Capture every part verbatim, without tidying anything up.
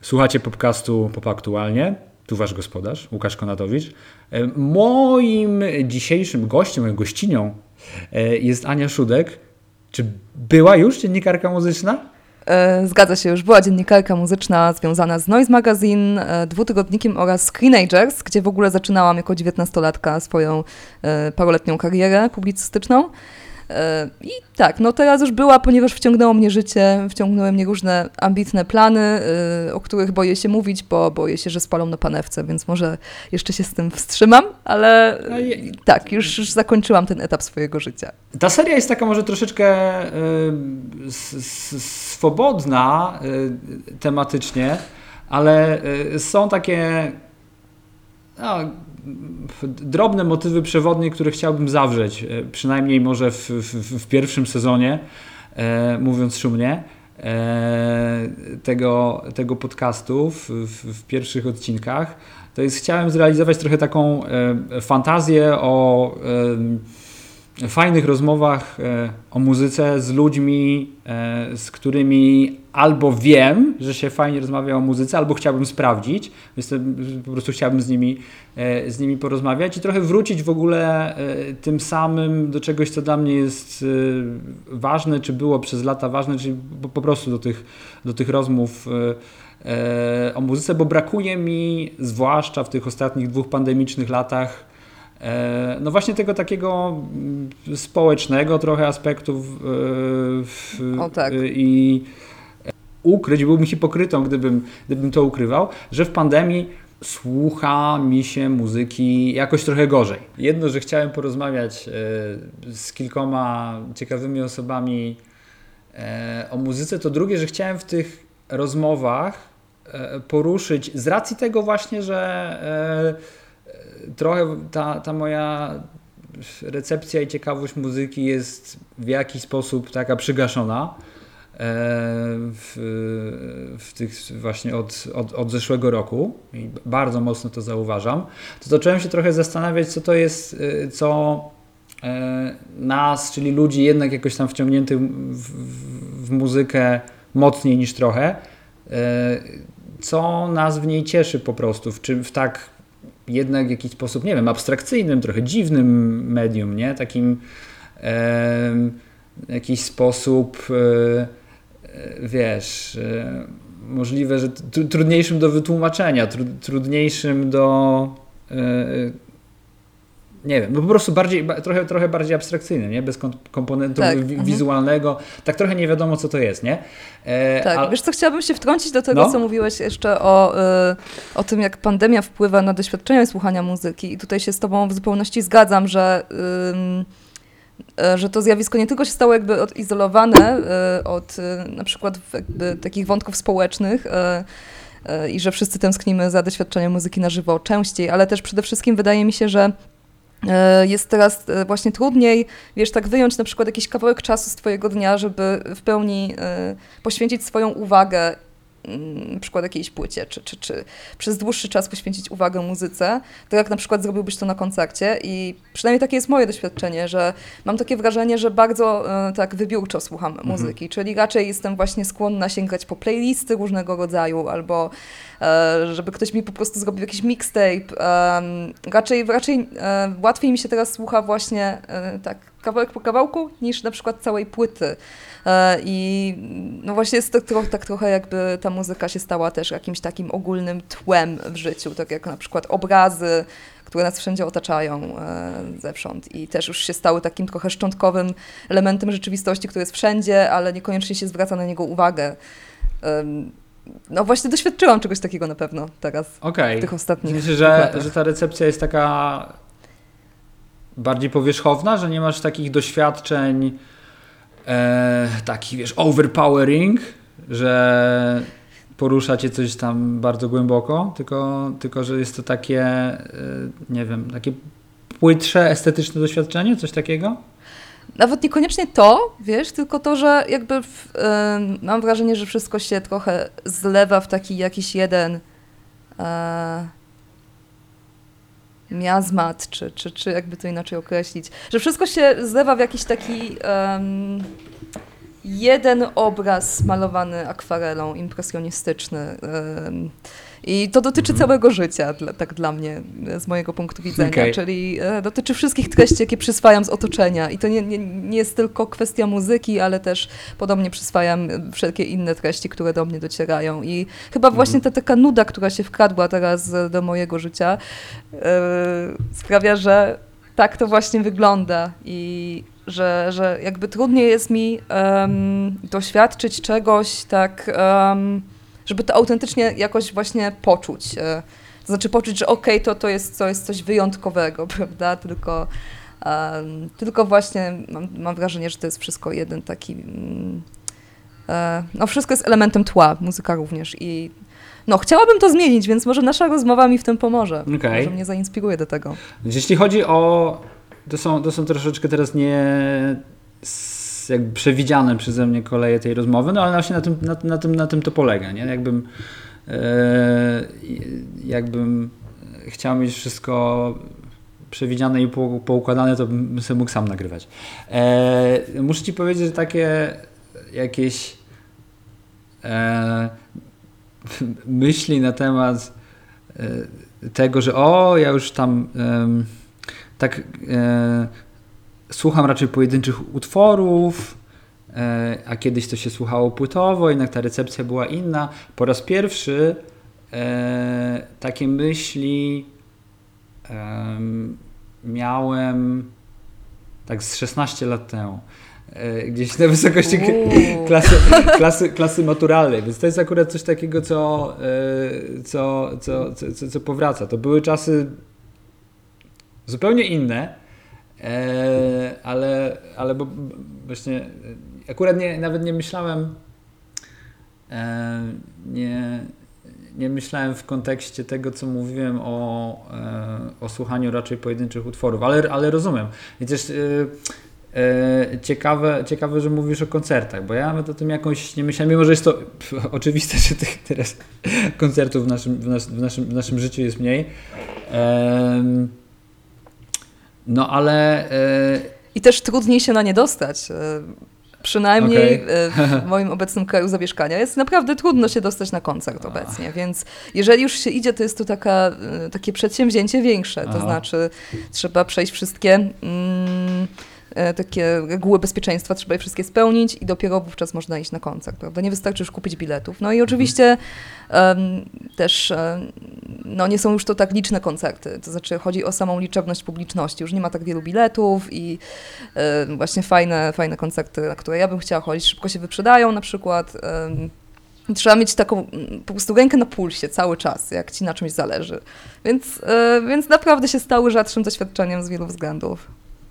Słuchacie podcastu Pop Aktualnie. Tu wasz gospodarz, Łukasz Konatowicz. Moim dzisiejszym gościem, moją gościnią jest Ania Szudek. Czy była już dziennikarka muzyczna? Zgadza się, już była dziennikarka muzyczna związana z Noise Magazine, dwutygodnikiem oraz Screenagers, gdzie w ogóle zaczynałam jako dziewiętnastolatka swoją paroletnią karierę publicystyczną. I tak, no teraz już była, ponieważ wciągnęło mnie życie, wciągnęły mnie różne ambitne plany, o których boję się mówić, bo boję się, że spalą na panewce, więc może jeszcze się z tym wstrzymam, ale tak, już, już zakończyłam ten etap swojego życia. Ta seria jest taka może troszeczkę y, s, s, swobodna y, tematycznie, ale y, są takie no, drobne motywy przewodnie, które chciałbym zawrzeć, przynajmniej może w, w, w pierwszym sezonie, e, mówiąc szumnie, e, tego, tego podcastu w, w, w pierwszych odcinkach. To jest, chciałem zrealizować trochę taką e, fantazję o e, fajnych rozmowach e, o muzyce z ludźmi, e, z którymi albo wiem, że się fajnie rozmawia o muzyce, albo chciałbym sprawdzić, więc to, po prostu chciałbym z nimi, e, z nimi porozmawiać i trochę wrócić w ogóle e, tym samym do czegoś, co dla mnie jest e, ważne, czy było przez lata ważne, czyli po, po prostu do tych, do tych rozmów e, e, o muzyce, bo brakuje mi, zwłaszcza w tych ostatnich dwóch pandemicznych latach, no właśnie tego takiego społecznego trochę aspektu o, tak. i ukryć, byłbym hipokrytą, gdybym, gdybym to ukrywał, że w pandemii słucha mi się muzyki jakoś trochę gorzej. Jedno, że chciałem porozmawiać z kilkoma ciekawymi osobami o muzyce, to drugie, że chciałem w tych rozmowach poruszyć z racji tego właśnie, że trochę ta, ta moja recepcja i ciekawość muzyki jest w jakiś sposób taka przygaszona w, w tych właśnie od, od, od zeszłego roku i bardzo mocno to zauważam, to zacząłem się trochę zastanawiać, co to jest, co nas, czyli ludzi jednak jakoś tam wciągniętych w, w, w muzykę mocniej niż trochę, co nas w niej cieszy po prostu, w czym w tak jednak w jakiś sposób, nie wiem, abstrakcyjnym, trochę dziwnym medium, nie? Takim e, w jakiś sposób e, wiesz, e, możliwe, że tr- trudniejszym do wytłumaczenia, tr- trudniejszym do e, nie wiem, no po prostu bardziej, trochę, trochę bardziej abstrakcyjny, nie? Bez komponentu tak. wi- wizualnego. Tak trochę nie wiadomo, co to jest, nie? E, tak, a... wiesz co, chciałabym się wtrącić do tego, no? co mówiłeś jeszcze o, y, o tym, jak pandemia wpływa na doświadczenie słuchania muzyki. I tutaj się z tobą w zupełności zgadzam, że, y, y, że to zjawisko nie tylko się stało jakby odizolowane y, od y, na przykład jakby takich wątków społecznych, y, y, i że wszyscy tęsknimy za doświadczeniem muzyki na żywo częściej, ale też przede wszystkim wydaje mi się, że jest teraz właśnie trudniej, wiesz, tak wyjąć na przykład jakiś kawałek czasu z twojego dnia, żeby w pełni y, poświęcić swoją uwagę y, na przykład jakiejś płycie, czy, czy, czy przez dłuższy czas poświęcić uwagę muzyce, tak jak na przykład zrobiłbyś to na koncercie i przynajmniej takie jest moje doświadczenie, że mam takie wrażenie, że bardzo y, tak wybiórczo słucham mhm. muzyki, czyli raczej jestem właśnie skłonna sięgać po playlisty różnego rodzaju albo żeby ktoś mi po prostu zrobił jakiś mixtape. Raczej, raczej łatwiej mi się teraz słucha właśnie tak kawałek po kawałku niż na przykład całej płyty. I no właśnie jest tak, tak trochę jakby ta muzyka się stała też jakimś takim ogólnym tłem w życiu, tak jak na przykład obrazy, które nas wszędzie otaczają e, zewsząd i też już się stały takim trochę szczątkowym elementem rzeczywistości, który jest wszędzie, ale niekoniecznie się zwraca na niego uwagę. Um, No właśnie doświadczyłam czegoś takiego na pewno teraz, okay. w tych ostatnich Myślę, że, że ta recepcja jest taka bardziej powierzchowna, że nie masz takich doświadczeń e, takich, wiesz, overpowering, że porusza cię coś tam bardzo głęboko, tylko, tylko że jest to takie, e, nie wiem, takie płytsze, estetyczne doświadczenie, coś takiego? Nawet niekoniecznie to, wiesz, tylko to, że jakby w, y, mam wrażenie, że wszystko się trochę zlewa w taki jakiś jeden y, miazmat, czy, czy, czy jakby to inaczej określić, że wszystko się zlewa w jakiś taki, um, jeden obraz malowany akwarelą, impresjonistyczny. I to dotyczy Mhm. całego życia, dla, tak dla mnie, z mojego punktu widzenia, Okay. czyli e, dotyczy wszystkich treści, jakie przyswajam z otoczenia. I to nie, nie, nie jest tylko kwestia muzyki, ale też podobnie przyswajam wszelkie inne treści, które do mnie docierają. I chyba Mhm. właśnie ta taka nuda, która się wkradła teraz do mojego życia, e, sprawia, że tak to właśnie wygląda i że, że jakby trudniej jest mi um, doświadczyć czegoś tak... Um, żeby to autentycznie jakoś właśnie poczuć. To znaczy poczuć, że okej, okay, to, to, jest, to jest coś wyjątkowego, prawda? Tylko, um, tylko właśnie mam, mam wrażenie, że to jest wszystko jeden taki... Um, e, no wszystko jest elementem tła, muzyka również. I no chciałabym to zmienić, więc może nasza rozmowa mi w tym pomoże. Okay. Może mnie zainspiruje do tego. Jeśli chodzi o... To są, to są troszeczkę teraz nie... jakby przewidziane przeze mnie koleje tej rozmowy, no ale właśnie na tym, na, na tym, na tym to polega, nie? Jakbym, e, jakbym chciał mieć wszystko przewidziane i po, poukładane, to bym sobie mógł sam nagrywać. E, muszę Ci powiedzieć, że takie jakieś e, myśli na temat e, tego, że o, ja już tam e, tak e, słucham raczej pojedynczych utworów, e, a kiedyś to się słuchało płytowo, jednak ta recepcja była inna. Po raz pierwszy e, takie myśli e, miałem tak z szesnaście lat temu. E, gdzieś na wysokości k- klasy, klasy, klasy maturalnej, więc to jest akurat coś takiego, co, e, co, co, co, co, co powraca. To były czasy zupełnie inne, E, ale, ale bo właśnie akurat nie, nawet nie myślałem e, nie, nie myślałem w kontekście tego, co mówiłem o, e, o słuchaniu raczej pojedynczych utworów, ale, ale rozumiem. I też e, e, ciekawe, ciekawe, że mówisz o koncertach, bo ja nawet o tym jakoś nie myślałem, mimo że jest to pff, oczywiste, że tych teraz koncertów w naszym, w, nas, w, naszym, w naszym życiu jest mniej. E, No ale... Yy... I też trudniej się na nie dostać. Yy, przynajmniej okay. w moim obecnym kraju zamieszkania jest naprawdę trudno się dostać na koncert obecnie, więc jeżeli już się idzie, to jest to taka, yy, takie przedsięwzięcie większe, to Aha. znaczy trzeba przejść wszystkie mm, yy, takie reguły bezpieczeństwa, trzeba je wszystkie spełnić i dopiero wówczas można iść na koncert, prawda? Nie wystarczy już kupić biletów. No i oczywiście um, też um, no nie są już to tak liczne koncerty, to znaczy chodzi o samą liczebność publiczności, już nie ma tak wielu biletów i y, właśnie fajne, fajne koncerty, na które ja bym chciała chodzić, szybko się wyprzedają na przykład. Y, trzeba mieć taką po prostu rękę na pulsie cały czas, jak ci na czymś zależy. Więc, y, więc naprawdę się stały rzadszym doświadczeniem z wielu względów.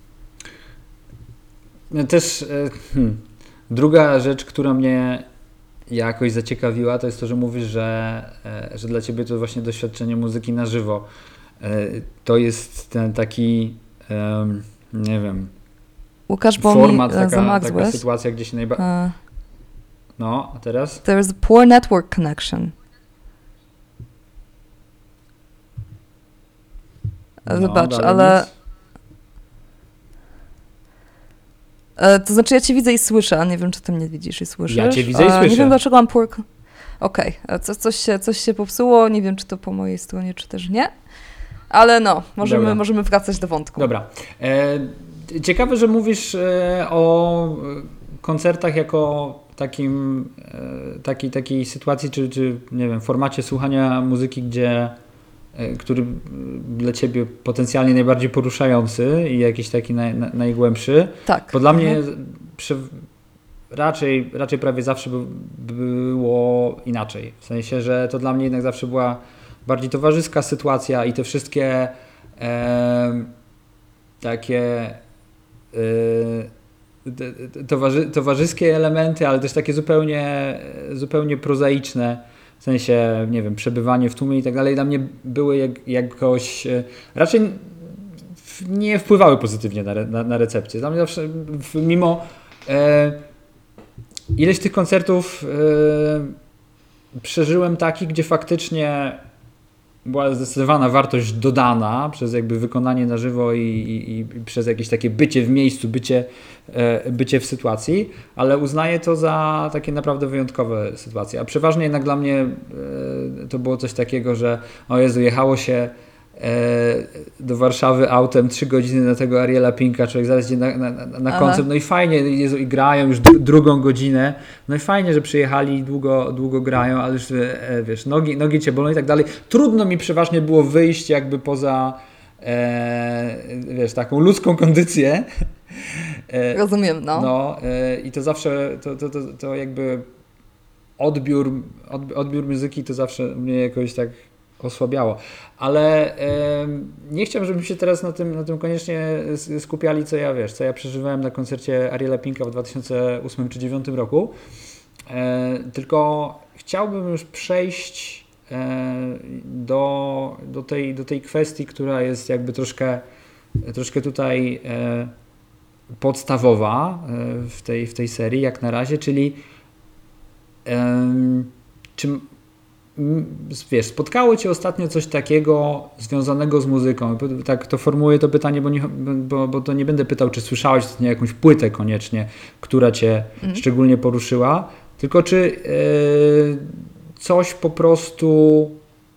Też y, hmm, druga rzecz, która mnie jakoś zaciekawiła, to jest to, że mówisz, że, że dla Ciebie to właśnie doświadczenie muzyki na żywo. To jest ten taki, um, nie wiem, Łukasz, bo format, mi taka, taka sytuacja, gdzie się najbardziej... Uh, no, a teraz? There is a poor network connection. No, Wybacz, ale... Nic. To znaczy ja Cię widzę i słyszę, a nie wiem, czy Ty mnie widzisz i słyszysz. Ja Cię widzę i słyszę. Nie wiem, dlaczego mam poor... Okej, okay. Co, coś, się, coś się popsuło, nie wiem, czy to po mojej stronie, czy też nie, ale no, możemy, możemy wracać do wątku. Dobra. E, ciekawe, że mówisz e, o koncertach jako takim, e, takiej, takiej sytuacji, czy, czy nie wiem, formacie słuchania muzyki, gdzie który dla Ciebie potencjalnie najbardziej poruszający i jakiś taki naj, na, najgłębszy. Tak. Bo dla mnie przy, raczej, raczej prawie zawsze by, było inaczej. W sensie, że to dla mnie jednak zawsze była bardziej towarzyska sytuacja i te wszystkie e, takie e, towarzy, towarzyskie elementy, ale też takie zupełnie, zupełnie prozaiczne. W sensie, nie wiem, przebywanie w tłumie i tak dalej, dla mnie były jak, jakoś, raczej nie wpływały pozytywnie na, re, na, na recepcję. Dla mnie zawsze, mimo e, ileś tych koncertów e, przeżyłem takich, gdzie faktycznie była zdecydowana wartość dodana przez jakby wykonanie na żywo i, i, i przez jakieś takie bycie w miejscu, bycie, e, bycie w sytuacji, ale uznaję to za takie naprawdę wyjątkowe sytuacje. A przeważnie jednak dla mnie e, to było coś takiego, że o Jezu, jechało się do Warszawy autem trzy godziny na tego Ariela Pinka, człowiek zaraz idzie na, na, na koncert, no i fajnie, Jezu, i grają już dru- drugą godzinę, no i fajnie, że przyjechali i długo, długo grają, ale już e, wiesz, nogi, nogi cię bolą i tak dalej. Trudno mi przeważnie było wyjść jakby poza e, wiesz, taką ludzką kondycję. E, Rozumiem, no. No e, i to zawsze, to, to, to, to jakby odbiór, od, odbiór muzyki to zawsze mnie jakoś tak osłabiało, ale e, nie chciałbym, żebyśmy się teraz na tym, na tym koniecznie skupiali, co ja wiesz, co ja przeżywałem na koncercie Ariela Pinka w dwa tysiące ósmym czy dwa tysiące dziewiątym roku, e, tylko chciałbym już przejść e, do, do, tej, do tej kwestii, która jest jakby troszkę, troszkę tutaj e, podstawowa e, w, tej, w tej serii jak na razie, czyli e, czym wiesz, spotkało Cię ostatnio coś takiego związanego z muzyką? Tak to formułuję to pytanie, bo, nie, bo, bo to nie będę pytał, czy słyszałeś nie jakąś płytę koniecznie, która Cię mm. szczególnie poruszyła, tylko czy y, coś po prostu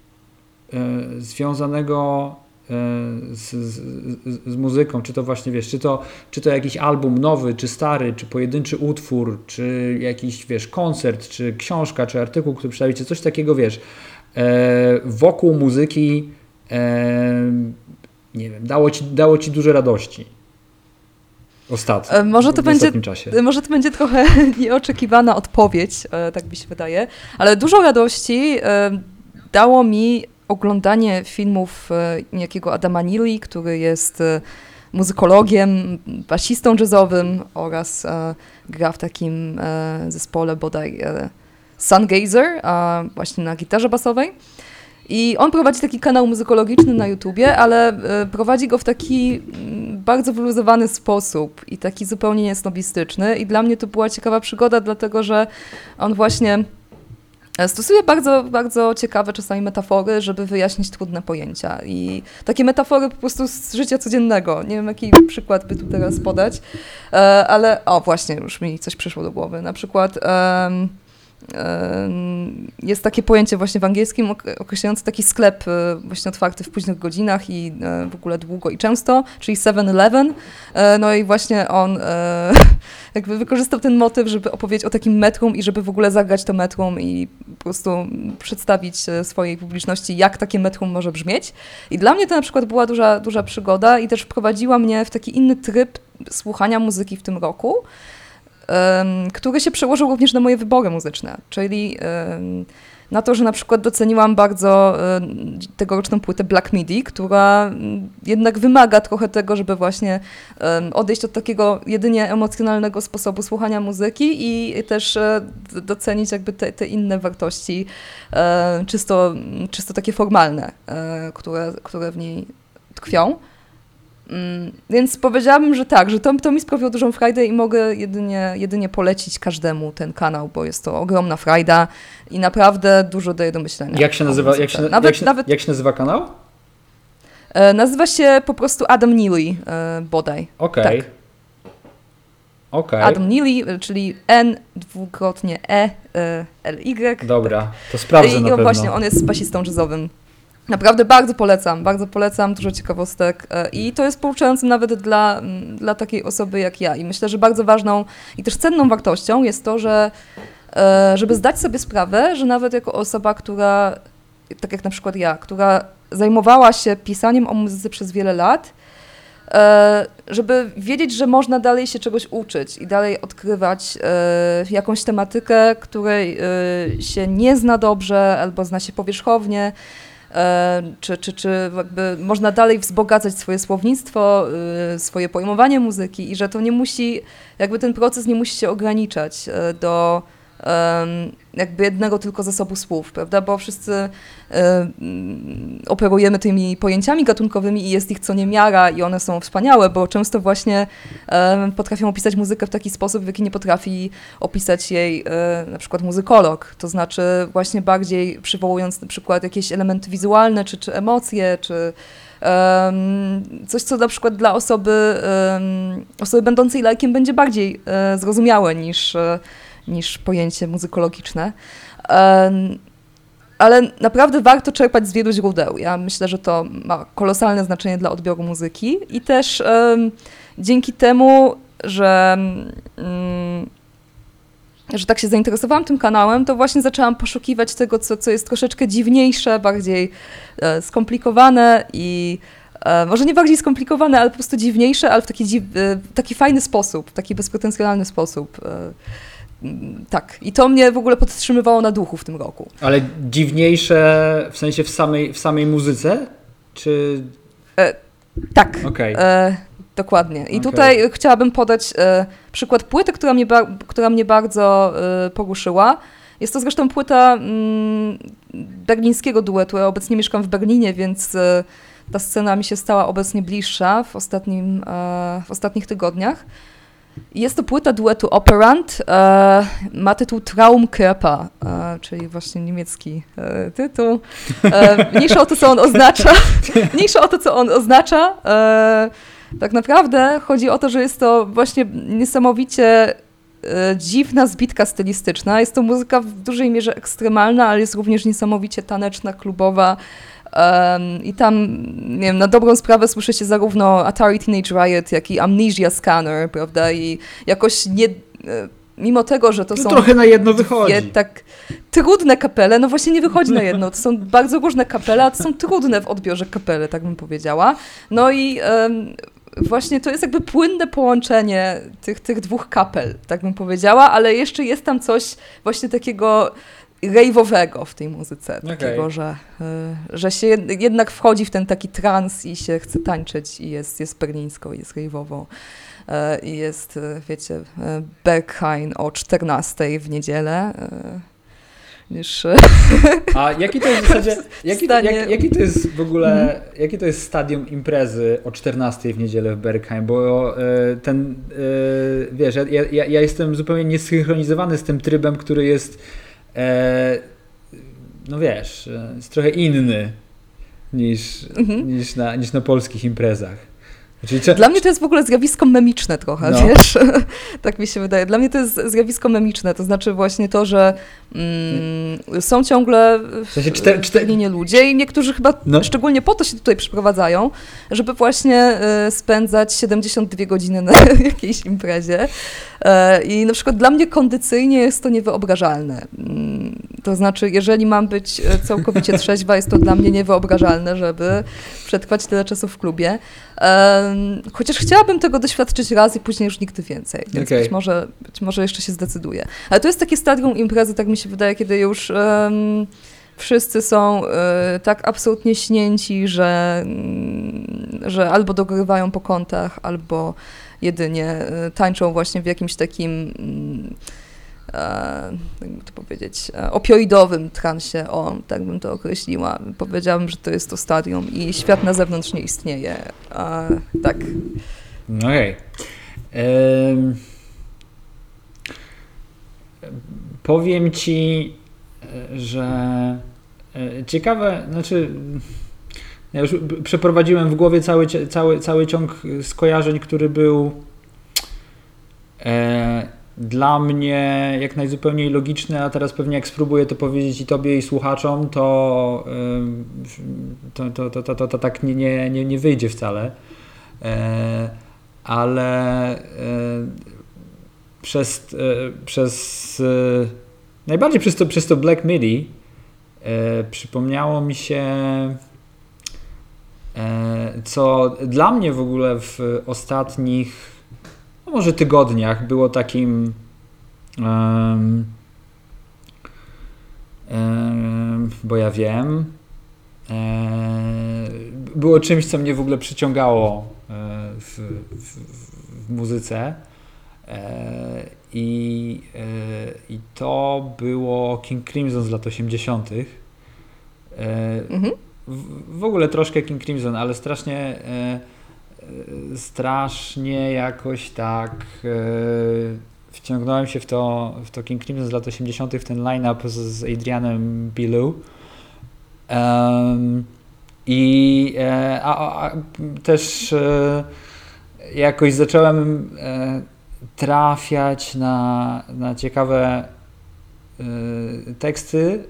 y, związanego z, z, z muzyką, czy to właśnie, wiesz, czy to, czy to jakiś album nowy, czy stary, czy pojedynczy utwór, czy jakiś, wiesz, koncert, czy książka, czy artykuł, który przedstawicie, coś takiego, wiesz, e, wokół muzyki, e, nie wiem, dało ci, dało ci dużo radości. Ostatnio, e, może to w będzie, czasie. Może to będzie trochę nieoczekiwana odpowiedź, e, tak mi się wydaje, ale dużo radości e, dało mi oglądanie filmów niejakiego Adama Neely, który jest muzykologiem, basistą jazzowym oraz e, gra w takim e, zespole bodaj e, Sungazer, a właśnie na gitarze basowej. I on prowadzi taki kanał muzykologiczny na YouTubie, ale e, prowadzi go w taki m, bardzo wyluzowany sposób i taki zupełnie niesnobistyczny. I dla mnie to była ciekawa przygoda, dlatego że on właśnie stosuje bardzo, bardzo ciekawe czasami metafory, żeby wyjaśnić trudne pojęcia. I takie metafory po prostu z życia codziennego. Nie wiem, jaki przykład by tu teraz podać, ale o, właśnie, już mi coś przyszło do głowy. Na przykład um, um, jest takie pojęcie właśnie w angielskim określające taki sklep właśnie otwarty w późnych godzinach i w ogóle długo i często, czyli seven eleven. No i właśnie on jakby wykorzystał ten motyw, żeby opowiedzieć o takim metrum i żeby w ogóle zagrać to metrum i po prostu przedstawić swojej publiczności, jak takie metrum może brzmieć. I dla mnie to na przykład była duża, duża przygoda i też wprowadziła mnie w taki inny tryb słuchania muzyki w tym roku, um, który się przełożył również na moje wybory muzyczne, czyli um, na to, że na przykład doceniłam bardzo um, tegoroczną płytę Black Midi, która um, jednak wymaga trochę tego, żeby właśnie um, odejść od takiego jedynie emocjonalnego sposobu słuchania muzyki i też um, docenić jakby te, te inne wartości um, czysto, czysto takie formalne, um, które, które w niej tkwią. Mm, więc powiedziałabym, że tak, że to, to mi sprawiło dużą frajdę i mogę jedynie, jedynie polecić każdemu ten kanał, bo jest to ogromna frajda i naprawdę dużo daje do myślenia. Jak się nazywa, jak się, nawet, jak się, nawet, jak się nazywa kanał? E, nazywa się po prostu Adam Neely e, bodaj. Okej. Okay. Tak. Okay. Adam Neely, czyli N dwukrotnie E e L Y. Dobra, to sprawdzę I na no pewno. właśnie, on jest basistą jazzowym. Naprawdę bardzo polecam, bardzo polecam, dużo ciekawostek i to jest pouczające nawet dla, dla takiej osoby jak ja. I myślę, że bardzo ważną i też cenną wartością jest to, że żeby zdać sobie sprawę, że nawet jako osoba, która, tak jak na przykład ja, która zajmowała się pisaniem o muzyce przez wiele lat, żeby wiedzieć, że można dalej się czegoś uczyć i dalej odkrywać jakąś tematykę, której się nie zna dobrze albo zna się powierzchownie, Czy, czy, czy jakby można dalej wzbogacać swoje słownictwo, swoje pojmowanie muzyki i że to nie musi, jakby ten proces nie musi się ograniczać do jakby jednego tylko zasobu słów, prawda, bo wszyscy operujemy tymi pojęciami gatunkowymi i jest ich co niemiara i one są wspaniałe, bo często właśnie potrafią opisać muzykę w taki sposób, w jaki nie potrafi opisać jej na przykład muzykolog, to znaczy właśnie bardziej przywołując na przykład jakieś elementy wizualne, czy, czy emocje, czy coś, co na przykład dla osoby, osoby będącej laikiem będzie bardziej zrozumiałe niż, niż pojęcie muzykologiczne. Ale naprawdę warto czerpać z wielu źródeł. Ja myślę, że to ma kolosalne znaczenie dla odbioru muzyki i też dzięki temu, że że tak się zainteresowałam tym kanałem, to właśnie zaczęłam poszukiwać tego, co, co jest troszeczkę dziwniejsze, bardziej e, skomplikowane i e, może nie bardziej skomplikowane, ale po prostu dziwniejsze, ale w taki, dziw, e, taki fajny sposób, w taki bezpretensjonalny sposób. E, tak. I to mnie w ogóle podtrzymywało na duchu w tym roku. Ale dziwniejsze w sensie w samej, w samej muzyce? Czy... E, tak. Okay. E, Dokładnie. I okay. tutaj chciałabym podać e, przykład płyty, która mnie, ba- która mnie bardzo e, poruszyła. Jest to zresztą płyta mm, berlińskiego duetu. Ja obecnie mieszkam w Berlinie, więc e, ta scena mi się stała obecnie bliższa w, ostatnim, e, w ostatnich tygodniach. Jest to płyta duetu Operant. E, ma tytuł Traumkörper, e, czyli właśnie niemiecki e, tytuł. E, mniejsza o to, co on oznacza. Mniejsza o to, co on oznacza. E, Tak naprawdę chodzi o to, że jest to właśnie niesamowicie e, dziwna zbitka stylistyczna. Jest to muzyka w dużej mierze ekstremalna, ale jest również niesamowicie taneczna, klubowa. Um, I tam, nie wiem, na dobrą sprawę słyszy się zarówno Atari Teenage Riot, jak i Amnesia Scanner, prawda? I jakoś nie... E, mimo tego, że to no są... trochę na jedno wychodzi. Tak trudne kapele, no właśnie nie wychodzi na jedno. To są bardzo różne kapele, a to są trudne w odbiorze kapele, tak bym powiedziała. No i... Um, Właśnie to jest jakby płynne połączenie tych, tych dwóch kapel, tak bym powiedziała, ale jeszcze jest tam coś właśnie takiego rave'owego w tej muzyce, okay. Takiego, że, że się jednak wchodzi w ten taki trans i się chce tańczyć i jest, jest berlińsko, jest rave'owo i jest, wiecie, Berghain o czternastej w niedzielę. Niż... A jaki to jest w zasadzie, jaki, jak, jaki to jest w ogóle, mm. jaki to jest stadium imprezy o czternastej w niedzielę w Berghain, bo y, ten, y, wiesz, ja, ja, ja jestem zupełnie niesynchronizowany z tym trybem, który jest, y, no wiesz, jest trochę inny niż, mm-hmm. niż, na, niż na polskich imprezach. Znaczy, Dla mnie to jest w ogóle zjawisko memiczne trochę, no. Wiesz, tak mi się wydaje. Dla mnie to jest zjawisko memiczne, to znaczy właśnie to, że mm, są ciągle w, w sensie czter, czter... w Berlinie ludzie i niektórzy chyba no. szczególnie po to się tutaj przyprowadzają, żeby właśnie y, spędzać siedemdziesiąt dwie godziny na jakiejś imprezie. Y, I na przykład dla mnie kondycyjnie jest to niewyobrażalne. Y, to znaczy, jeżeli mam być całkowicie trzeźwa, jest to dla mnie niewyobrażalne, żeby przetrwać tyle czasu w klubie. Chociaż chciałabym tego doświadczyć raz i później już nigdy więcej, więc okay. być, może, być może jeszcze się zdecyduję. Ale to jest takie stadium imprezy, tak mi się wydaje, kiedy już um, wszyscy są um, tak absolutnie śnięci, że, um, że albo dogrywają po kątach, albo jedynie um, tańczą właśnie w jakimś takim... Um, jakby to powiedzieć, opioidowym transie, o, tak bym to określiła. Powiedziałabym, że to jest to stadium i świat na zewnątrz nie istnieje. A, tak. Okej. Okay. Um, powiem ci, że ciekawe, znaczy ja już przeprowadziłem w głowie cały, cały, cały ciąg skojarzeń, który był e, dla mnie jak najzupełniej logiczne, a teraz pewnie jak spróbuję to powiedzieć i tobie i słuchaczom, to to, to, to, to, to, to tak nie, nie, nie, nie wyjdzie wcale. Ale przez, przez najbardziej przez to, przez to Black Midi przypomniało mi się, co dla mnie w ogóle w ostatnich no może tygodniach było takim um, um, bo ja wiem um, było czymś, co mnie w ogóle przyciągało w, w, w muzyce i, i to było King Crimson z lat osiemdziesiątych. Mhm. W, w ogóle troszkę King Crimson, ale strasznie strasznie jakoś tak wciągnąłem się w to, w to King Crimson z lat osiemdziesiątych, w ten line-up z, z Adrianem Belew. Um, I a, a, też e, jakoś zacząłem e, trafiać na, na ciekawe e, teksty, e,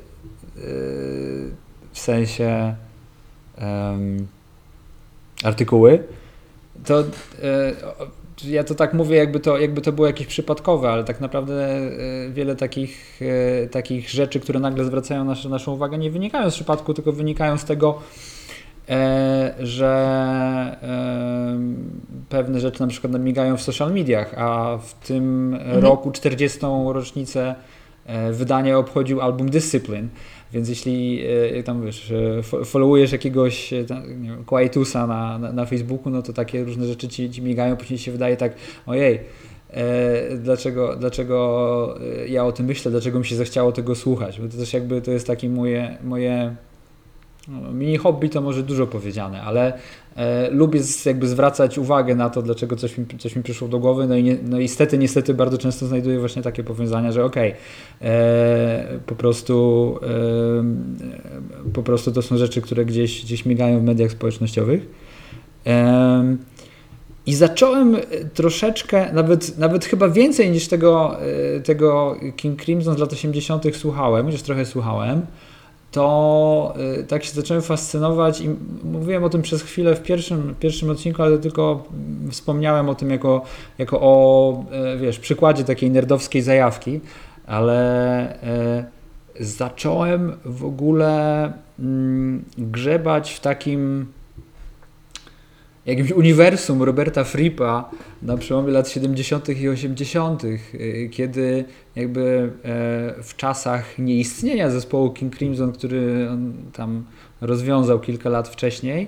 w sensie e, artykuły. To e, ja to tak mówię, jakby to, jakby to było jakieś przypadkowe, ale tak naprawdę e, wiele takich, e, takich rzeczy, które nagle zwracają nasz, naszą uwagę, nie wynikają z przypadku, tylko wynikają z tego, e, że e, pewne rzeczy na przykład migają w social mediach, a w tym mhm. roku czterdziestą rocznicę e, wydania obchodził album Discipline. Więc jeśli e, tam wiesz, followujesz jakiegoś tam, nie wiem, Quietusa na, na, na Facebooku, no to takie różne rzeczy ci, ci migają, później się wydaje tak, ojej, e, dlaczego, dlaczego ja o tym myślę, dlaczego mi się zachciało tego słuchać, bo to też jakby to jest takie moje, moje no, mini hobby, to może dużo powiedziane, ale e, lubię z, jakby zwracać uwagę na to, dlaczego coś mi, coś mi przyszło do głowy, no i nie, no niestety, niestety bardzo często znajduję właśnie takie powiązania, że okej, okay, po prostu e, po prostu to są rzeczy, które gdzieś, gdzieś migają w mediach społecznościowych. E, I zacząłem troszeczkę, nawet, nawet chyba więcej niż tego, tego King Crimson z lat osiemdziesiątych słuchałem, chociaż trochę słuchałem, to y, tak się zacząłem fascynować i mówiłem o tym przez chwilę w pierwszym, pierwszym odcinku, ale tylko wspomniałem o tym jako, jako o, y, wiesz, przykładzie takiej nerdowskiej zajawki, ale y, zacząłem w ogóle y, grzebać w takim jakimś uniwersum Roberta Frippa na przełomie lat siedemdziesiątych i osiemdziesiątych, kiedy jakby w czasach nieistnienia zespołu King Crimson, który on tam rozwiązał kilka lat wcześniej,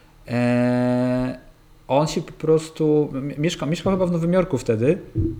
on się po prostu mieszkał, mieszkał chyba w Nowym Jorku wtedy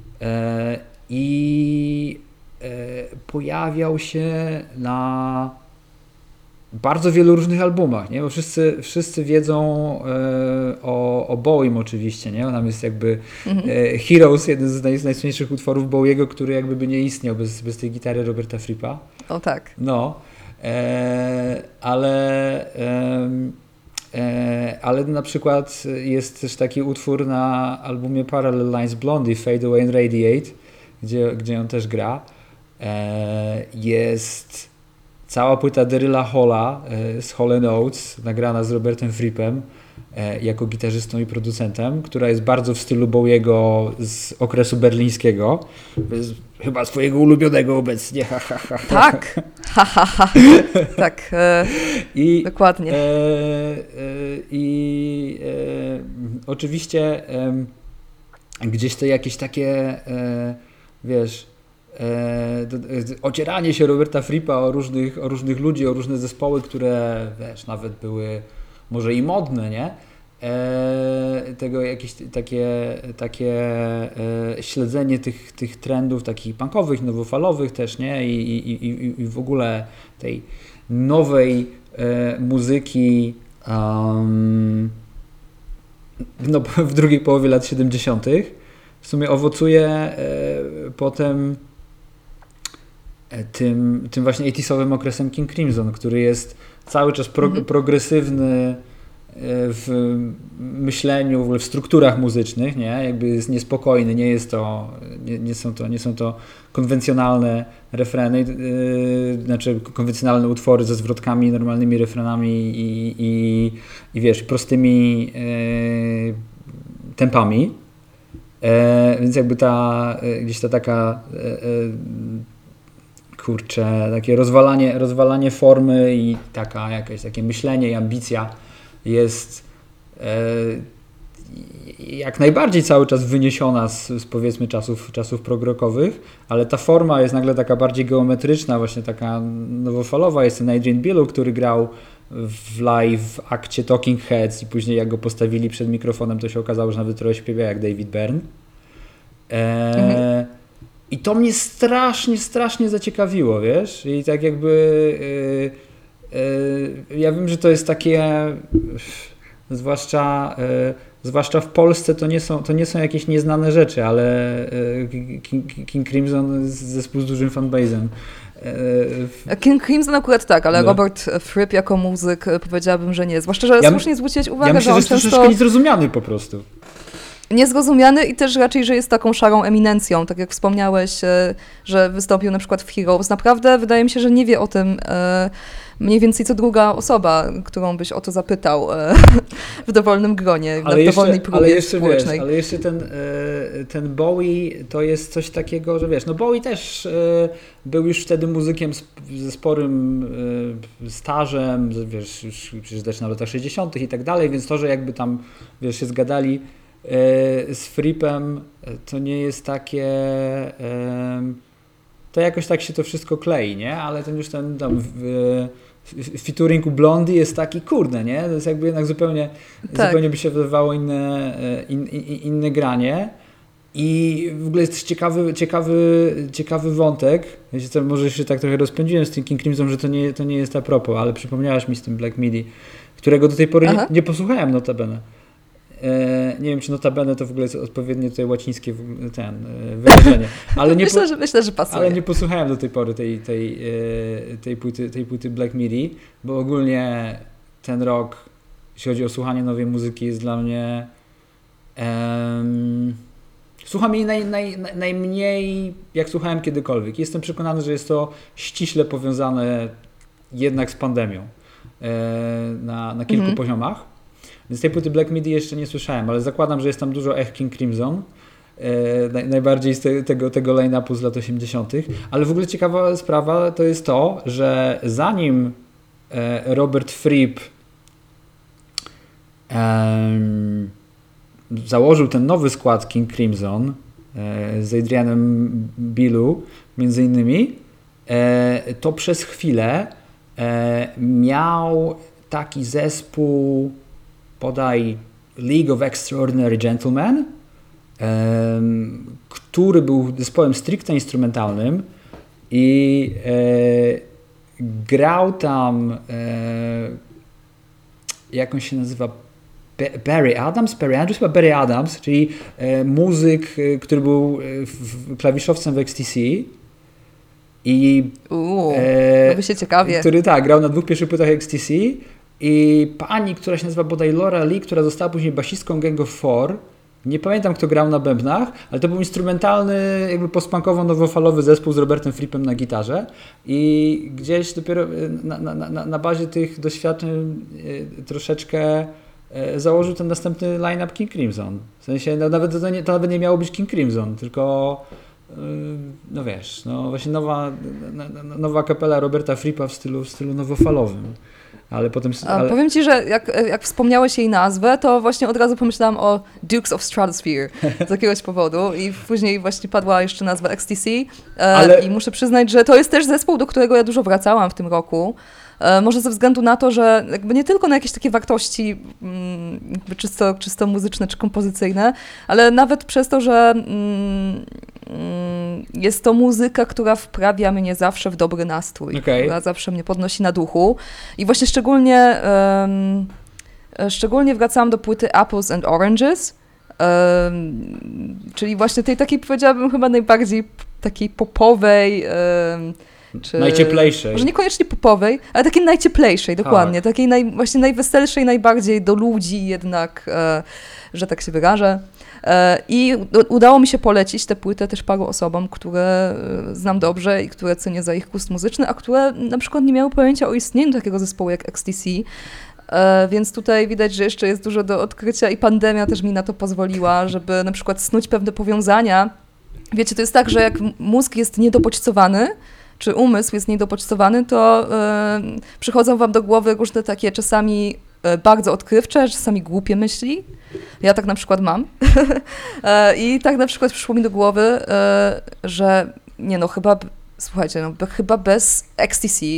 i pojawiał się na bardzo wielu różnych albumach, nie? Bo wszyscy, wszyscy wiedzą e, o, o Bowiem oczywiście, nie? Tam jest jakby mhm. e, Heroes, jeden z, naj, z najsłynniejszych utworów Bowiego, który jakby by nie istniał bez, bez tej gitary Roberta Frippa. O tak. No, e, ale, e, e, ale na przykład jest też taki utwór na albumie Parallel Lines Blondie, Fade Away and Radiate, gdzie, gdzie on też gra. E, jest cała płyta Daryla Halla e, z Hall and Oates, nagrana z Robertem Frippem e, jako gitarzystą i producentem, która jest bardzo w stylu Bowiego z okresu berlińskiego. Bez chyba swojego ulubionego obecnie. Ha, ha, ha, ha. Tak, ha, ha, ha. tak, e, I, dokładnie. E, e, I e, oczywiście e, gdzieś to jakieś takie, e, wiesz, E, do, ocieranie się Roberta Frippa o różnych, o różnych ludzi, o różne zespoły, które wiesz, nawet były może i modne, nie? E, tego jakieś takie, takie e, śledzenie tych, tych trendów takich punkowych, nowofalowych też, nie? I, i, i, i w ogóle tej nowej e, muzyki um, no, w drugiej połowie lat siedemdziesiątych w sumie owocuje e, potem Tym, tym właśnie osiemdziesiątym okresem King Crimson, który jest cały czas pro, mhm. progresywny w myśleniu, w ogóle w strukturach muzycznych, nie? Jakby jest niespokojny, nie jest to, nie, nie są to, nie są to konwencjonalne refreny, yy, znaczy konwencjonalne utwory ze zwrotkami, normalnymi refrenami i, i, i wiesz, prostymi yy, tempami. Yy, więc jakby ta, yy, gdzieś ta taka yy, kurczę, takie rozwalanie, rozwalanie formy i taka jakieś takie myślenie i ambicja jest e, jak najbardziej cały czas wyniesiona z, z powiedzmy czasów, czasów prog-rockowych, ale ta forma jest nagle taka bardziej geometryczna, właśnie taka nowofalowa. Jest ten Adrian Belew, który grał w live w akcie Talking Heads i później jak go postawili przed mikrofonem, to się okazało, że nawet trochę śpiewa jak David Byrne. E, mhm. I to mnie strasznie, strasznie zaciekawiło, wiesz? I tak jakby... Yy, yy, ja wiem, że to jest takie... Yy, zwłaszcza... Yy, zwłaszcza w Polsce to nie są, to nie są jakieś nieznane rzeczy, ale yy, King, King Crimson jest zespół z dużym fanbase'em. Yy, King Crimson akurat tak, ale no. Robert Fripp jako muzyk powiedziałabym, że nie. Zwłaszcza, że ja słusznie zwrócić uwagę, ja myślę, że on że jest często... troszeczkę niezrozumiany po prostu. Niezrozumiany i też raczej, że jest taką szarą eminencją, tak jak wspomniałeś, że wystąpił na przykład w Heroes. Naprawdę wydaje mi się, że nie wie o tym mniej więcej co druga osoba, którą byś o to zapytał w dowolnym gronie, ale w jeszcze, dowolnej próbie ale jeszcze, społecznej. Wiesz, ale jeszcze ten, ten Bowie to jest coś takiego, że wiesz, no Bowie też był już wtedy muzykiem ze sporym stażem, wiesz, już przecież też na latach sześćdziesiątych i tak dalej, więc to, że jakby tam, wiesz, się zgadali z Frippem, to nie jest takie, to jakoś tak się to wszystko klei, nie? Ale ten już ten tam w, w featuring u Blondie jest taki, kurde, nie? To jest jakby jednak zupełnie, tak. zupełnie by się wydawało inne, in, in, inne granie. I w ogóle jest też ciekawy, ciekawy, ciekawy wątek. Ja się może jeszcze tak trochę rozpędziłem z tym King Crimson, że to nie, to nie jest a propos, ale przypomniałaś mi z tym Black Midi, którego do tej pory nie, nie posłuchałem notabene. E, nie wiem, czy notabene to w ogóle jest odpowiednie tutaj łacińskie ten, wyrażenie. Ale nie myślę, po, że, myślę, że pasuje. Ale nie posłuchałem do tej pory tej, tej, tej, płyty, tej płyty Black Midi, bo ogólnie ten rok, jeśli chodzi o słuchanie nowej muzyki, jest dla mnie... Um, słucham jej naj, naj, naj, najmniej, jak słuchałem kiedykolwiek. Jestem przekonany, że jest to ściśle powiązane jednak z pandemią e, na, na kilku mhm. poziomach. Więc tej płyty Black Midi jeszcze nie słyszałem, ale zakładam, że jest tam dużo ech King Crimson, e, naj, najbardziej z te, tego, tego line-upu z lat osiemdziesiątych. Ale w ogóle ciekawa sprawa to jest to, że zanim e, Robert Fripp e, założył ten nowy skład King Crimson e, z Adrianem Bilu między innymi, e, to przez chwilę e, miał taki zespół bodaj League of Extraordinary Gentlemen, e, który był zespołem stricte instrumentalnym i e, grał tam e, jak on się nazywa, Barry Adams, Barry Andrews, chyba Barry Adams, czyli e, muzyk, e, który był e, w, klawiszowcem w X T C i Uuu, e, robi się ciekawie. Który tak, grał na dwóch pierwszych płytach X T C i pani, która się nazywa bodaj Laura Lee, która została później basistką Gang of Four, nie pamiętam kto grał na bębnach, ale to był instrumentalny, jakby postpunkowo-nowofalowy zespół z Robertem Frippem na gitarze i gdzieś dopiero na, na, na, na bazie tych doświadczeń e, troszeczkę założył ten następny line-up King Crimson. W sensie no, nawet to, nie, to nawet nie miało być King Crimson, tylko yy, no wiesz, no właśnie nowa, no, nowa kapela Roberta Frippa w stylu, w stylu nowofalowym. Ale potem... Ale... Powiem Ci, że jak, jak wspomniałeś jej nazwę, to właśnie od razu pomyślałam o Dukes of Stratosphere z jakiegoś powodu i później właśnie padła jeszcze nazwa X T C ale... i muszę przyznać, że to jest też zespół, do którego ja dużo wracałam w tym roku. Może ze względu na to, że jakby nie tylko na jakieś takie wartości jakby czysto, czysto muzyczne czy kompozycyjne, ale nawet przez to, że jest to muzyka, która wprawia mnie zawsze w dobry nastrój, okay. która zawsze mnie podnosi na duchu. I właśnie szczególnie, um, szczególnie wracałam do płyty Apples and Oranges, um, czyli właśnie tej takiej, powiedziałabym, chyba najbardziej takiej popowej, um, czy, najcieplejszej. Może niekoniecznie popowej, ale takiej najcieplejszej, dokładnie. Tak. Takiej naj, właśnie najweselszej, najbardziej do ludzi jednak, e, że tak się wyrażę. E, I udało mi się polecić tę płytę też paru osobom, które znam dobrze i które cenię za ich gust muzyczny, a które na przykład nie miały pojęcia o istnieniu takiego zespołu jak X T C. E, więc tutaj widać, że jeszcze jest dużo do odkrycia i pandemia też mi na to pozwoliła, żeby na przykład snuć pewne powiązania. Wiecie, to jest tak, że jak mózg jest niedobodźcowany, czy umysł jest niedobodźcowany, to yy, przychodzą wam do głowy różne takie czasami yy, bardzo odkrywcze, czasami głupie myśli. Ja tak na przykład mam. yy, I tak na przykład przyszło mi do głowy, yy, że nie no, chyba, słuchajcie, no, chyba bez X T C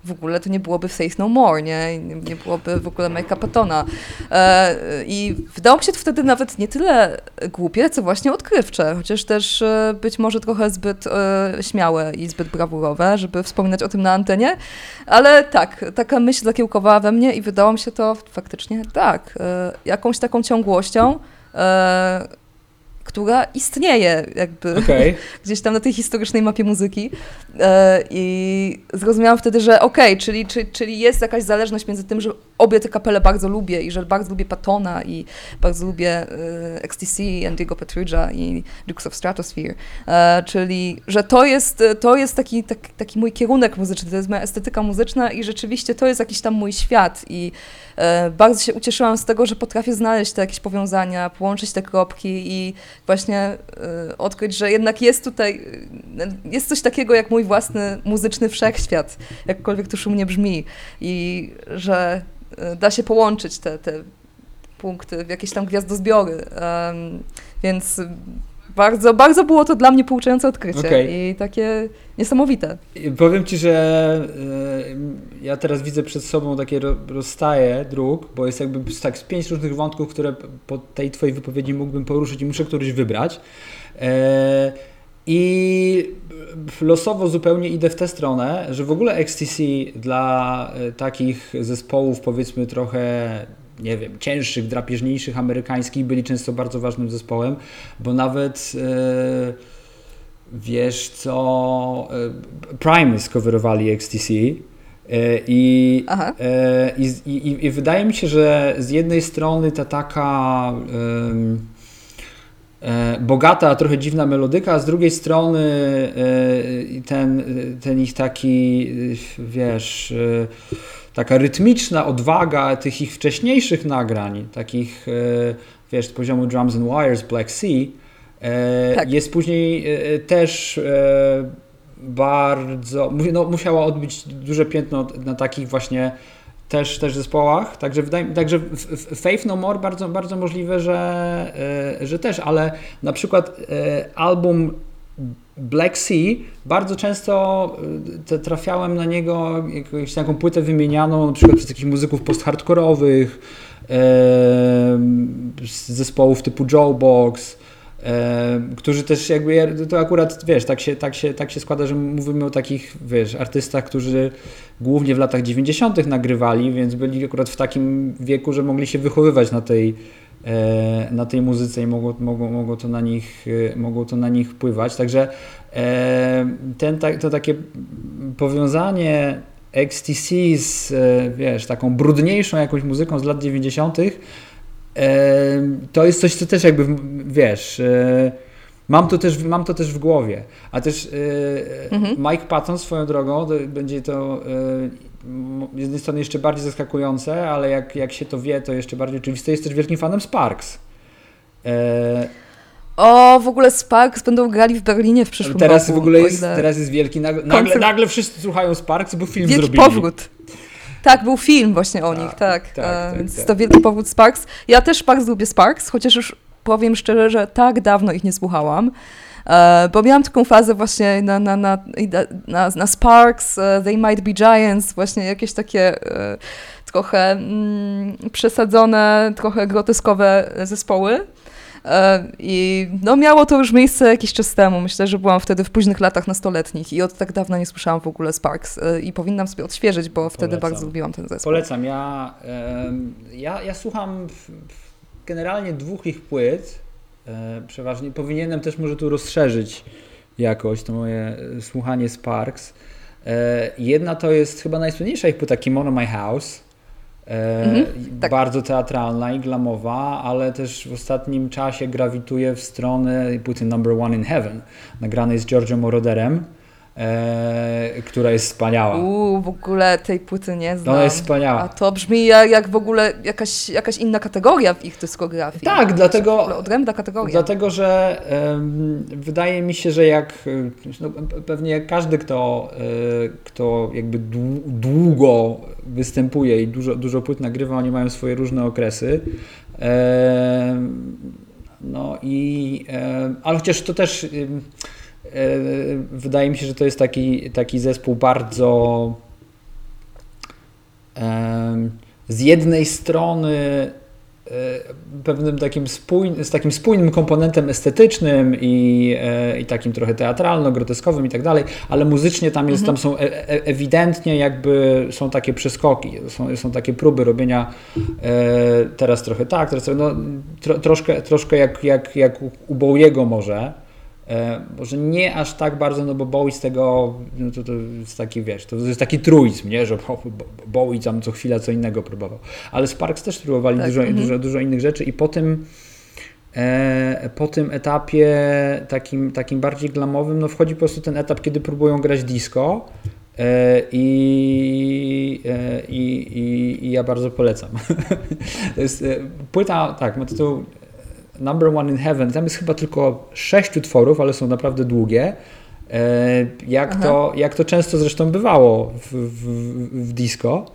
w ogóle to nie byłoby Faith No More, nie, nie byłoby w ogóle Make'a Pattona. E, I wydało mi się to wtedy nawet nie tyle głupie, co właśnie odkrywcze, chociaż też e, być może trochę zbyt e, śmiałe i zbyt brawurowe, żeby wspominać o tym na antenie, ale tak, taka myśl zakiełkowała we mnie i wydało mi się to faktycznie tak, e, jakąś taką ciągłością, e, która istnieje jakby okay. gdzieś tam na tej historycznej mapie muzyki e, i zrozumiałam wtedy, że okej, okay, czyli, czyli, czyli jest jakaś zależność między tym, że obie te kapele bardzo lubię i że bardzo lubię Pattona i bardzo lubię e, X T C, Enrico Petruccia i Dukes of Stratosphere, e, czyli że to jest, to jest taki, taki, taki mój kierunek muzyczny, to jest moja estetyka muzyczna i rzeczywiście to jest jakiś tam mój świat i e, bardzo się ucieszyłam z tego, że potrafię znaleźć te jakieś powiązania, połączyć te kropki i właśnie y, odkryć, że jednak jest tutaj, y, jest coś takiego jak mój własny muzyczny wszechświat, jakkolwiek to szumnie brzmi i że y, da się połączyć te, te punkty w jakieś tam gwiazdozbiory, um, więc bardzo, bardzo było to dla mnie pouczające odkrycie okay. i takie niesamowite. I powiem Ci, że y, ja teraz widzę przed sobą takie ro, rozstaje dróg, bo jest jakby tak z pięć różnych wątków, które po tej Twojej wypowiedzi mógłbym poruszyć i muszę któryś wybrać. Y, I losowo zupełnie idę w tę stronę, że w ogóle X T C dla y, takich zespołów powiedzmy trochę nie wiem, cięższych, drapieżniejszych, amerykańskich byli często bardzo ważnym zespołem, bo nawet e, wiesz co, e, Primus coverowali X T C e, i, e, i, i, i wydaje mi się, że z jednej strony ta taka e, e, bogata, trochę dziwna melodyka, a z drugiej strony e, ten, ten ich taki, wiesz, e, taka rytmiczna odwaga tych ich wcześniejszych nagrań, takich, wiesz, z poziomu Drums and Wires, Black Sea, tak. jest później też bardzo, no, musiała odbić duże piętno na takich właśnie też, też zespołach, także, wydaje, także Faith No More bardzo, bardzo możliwe, że, że też, ale na przykład album Black Sea, bardzo często te, trafiałem na niego, jakąś taką płytę wymienianą na przykład przez takich muzyków post-hardkorowych, e, z zespołów typu Joebox, e, którzy też jakby, to akurat wiesz, tak się, tak, się, tak się składa, że mówimy o takich, wiesz, artystach, którzy głównie w latach dziewięćdziesiątych nagrywali, więc byli akurat w takim wieku, że mogli się wychowywać na tej na tej muzyce i mogło, mogło, mogło, to na nich, mogło to na nich wpływać. Także ten, to takie powiązanie X T C z, wiesz, taką brudniejszą jakąś muzyką z lat dziewięćdziesiątych to jest coś, co też jakby, wiesz, mam to też, mam to też w głowie. A też mhm. Mike Patton swoją drogą, to będzie to z jednej strony jeszcze bardziej zaskakujące, ale jak, jak się to wie, to jeszcze bardziej oczywiste, jest też wielkim fanem Sparks. E... O, w ogóle Sparks będą grali w Berlinie w przyszłym teraz roku. W ogóle jest, teraz jest wielki, nagle, nagle, nagle wszyscy słuchają Sparks, bo film wielki zrobili. powrót. Tak, był film właśnie o nich, tak. tak, tak Więc tak. to wielki powrót Sparks. Ja też bardzo lubię Sparks, chociaż już powiem szczerze, że tak dawno ich nie słuchałam. Uh, bo miałam taką fazę właśnie na, na, na, na, na Sparks, uh, They Might Be Giants, właśnie jakieś takie uh, trochę mm, przesadzone, trochę groteskowe zespoły. Uh, I no, miało to już miejsce jakiś czas temu. Myślę, że byłam wtedy w późnych latach nastoletnich i od tak dawna nie słyszałam w ogóle Sparks uh, i powinnam sobie odświeżyć, bo wtedy Polecam. bardzo lubiłam ten zespół. Polecam. Ja, um, ja, ja słucham w, w generalnie dwóch ich płyt. E, przeważnie powinienem też może tu rozszerzyć jakoś to moje słuchanie Sparks. E, jedna to jest chyba najsłynniejsza ich płyta Kimono My House. E, mhm, tak. Bardzo teatralna i glamowa, ale też w ostatnim czasie grawituje w stronę płyty Number One in Heaven, nagranej z Giorgio Moroderem. E, która jest wspaniała. Uuu, w ogóle tej płyty nie znam. Ona jest wspaniała. A to brzmi jak, jak w ogóle jakaś, jakaś inna kategoria w ich dyskografii. Tak, dlatego, odrębna kategoria. Dlatego, że um, wydaje mi się, że jak no, pewnie jak każdy, kto, y, kto jakby długo występuje i dużo, dużo płyt nagrywa, oni mają swoje różne okresy. E, no i e, ale chociaż to też y, wydaje mi się, że to jest taki, taki zespół bardzo z jednej strony pewnym takim spójn, z takim spójnym komponentem estetycznym i, i takim trochę teatralno-groteskowym i tak dalej, ale muzycznie tam jest, mhm. tam są e, ewidentnie jakby są takie przeskoki, są, są takie próby robienia e, teraz trochę tak, teraz no, tro, troszkę, troszkę jak, jak, jak u Bowiego może, e, może nie aż tak bardzo, no bo Bowie z tego, no to, to jest taki, wiesz, to jest taki truizm, nie, że Bowie tam co chwila co innego próbował, ale Sparks też próbowali tak, dużo, mm-hmm. dużo, dużo innych rzeczy i po tym e, po tym etapie takim, takim bardziej glamowym, no wchodzi po prostu ten etap, kiedy próbują grać disco e, i, e, i, i, i ja bardzo polecam. To jest e, płyta, tak, ma tytuł Number One in Heaven, tam jest chyba tylko sześć utworów, ale są naprawdę długie. Jak to, jak to często zresztą bywało w, w, w disco.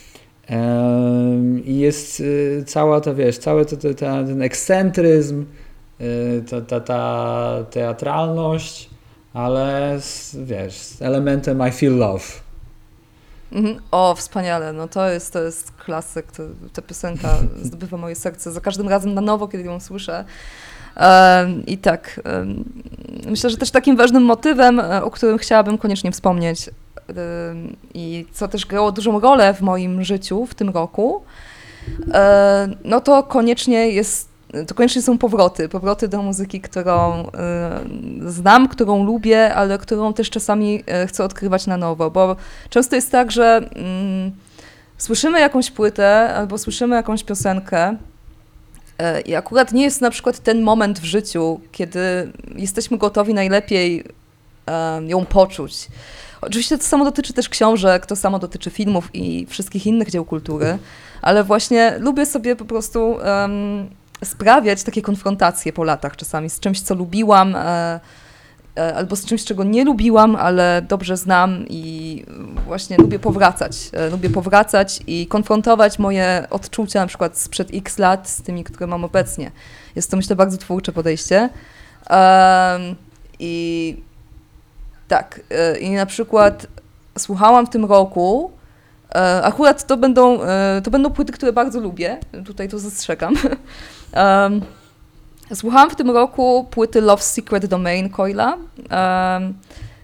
I jest cała ta, wiesz, cały to, to, ta, ten ekscentryzm, ta, ta, ta teatralność, ale z, wiesz, z elementem I Feel Love. Mhm. O, wspaniale, no to jest, to jest klasyk, to, ta piosenka zdobywa moje serce za każdym razem na nowo, kiedy ją słyszę. Um, I tak, um, myślę, że też takim ważnym motywem, o którym chciałabym koniecznie wspomnieć um, i co też grało dużą rolę w moim życiu w tym roku, um, no to koniecznie jest, to koniecznie są powroty, powroty do muzyki, którą um, znam, którą lubię, ale którą też czasami um, chcę odkrywać na nowo, bo często jest tak, że um, słyszymy jakąś płytę albo słyszymy jakąś piosenkę, i akurat nie jest na przykład ten moment w życiu, kiedy jesteśmy gotowi najlepiej um, ją poczuć. Oczywiście to samo dotyczy też książek, to samo dotyczy filmów i wszystkich innych dzieł kultury, ale właśnie lubię sobie po prostu um, sprawiać takie konfrontacje po latach czasami z czymś, co lubiłam, e, e, albo z czymś, czego nie lubiłam, ale dobrze znam i właśnie lubię powracać. E, lubię powracać i konfrontować moje odczucia na przykład sprzed x lat z tymi, które mam obecnie. Jest to, myślę, bardzo twórcze podejście. E, I tak, e, i na przykład słuchałam w tym roku, e, akurat to będą, e, to będą płyty, które bardzo lubię, tutaj to zastrzegam. e, Słuchałam w tym roku płyty Love's Secret Domain Coila um,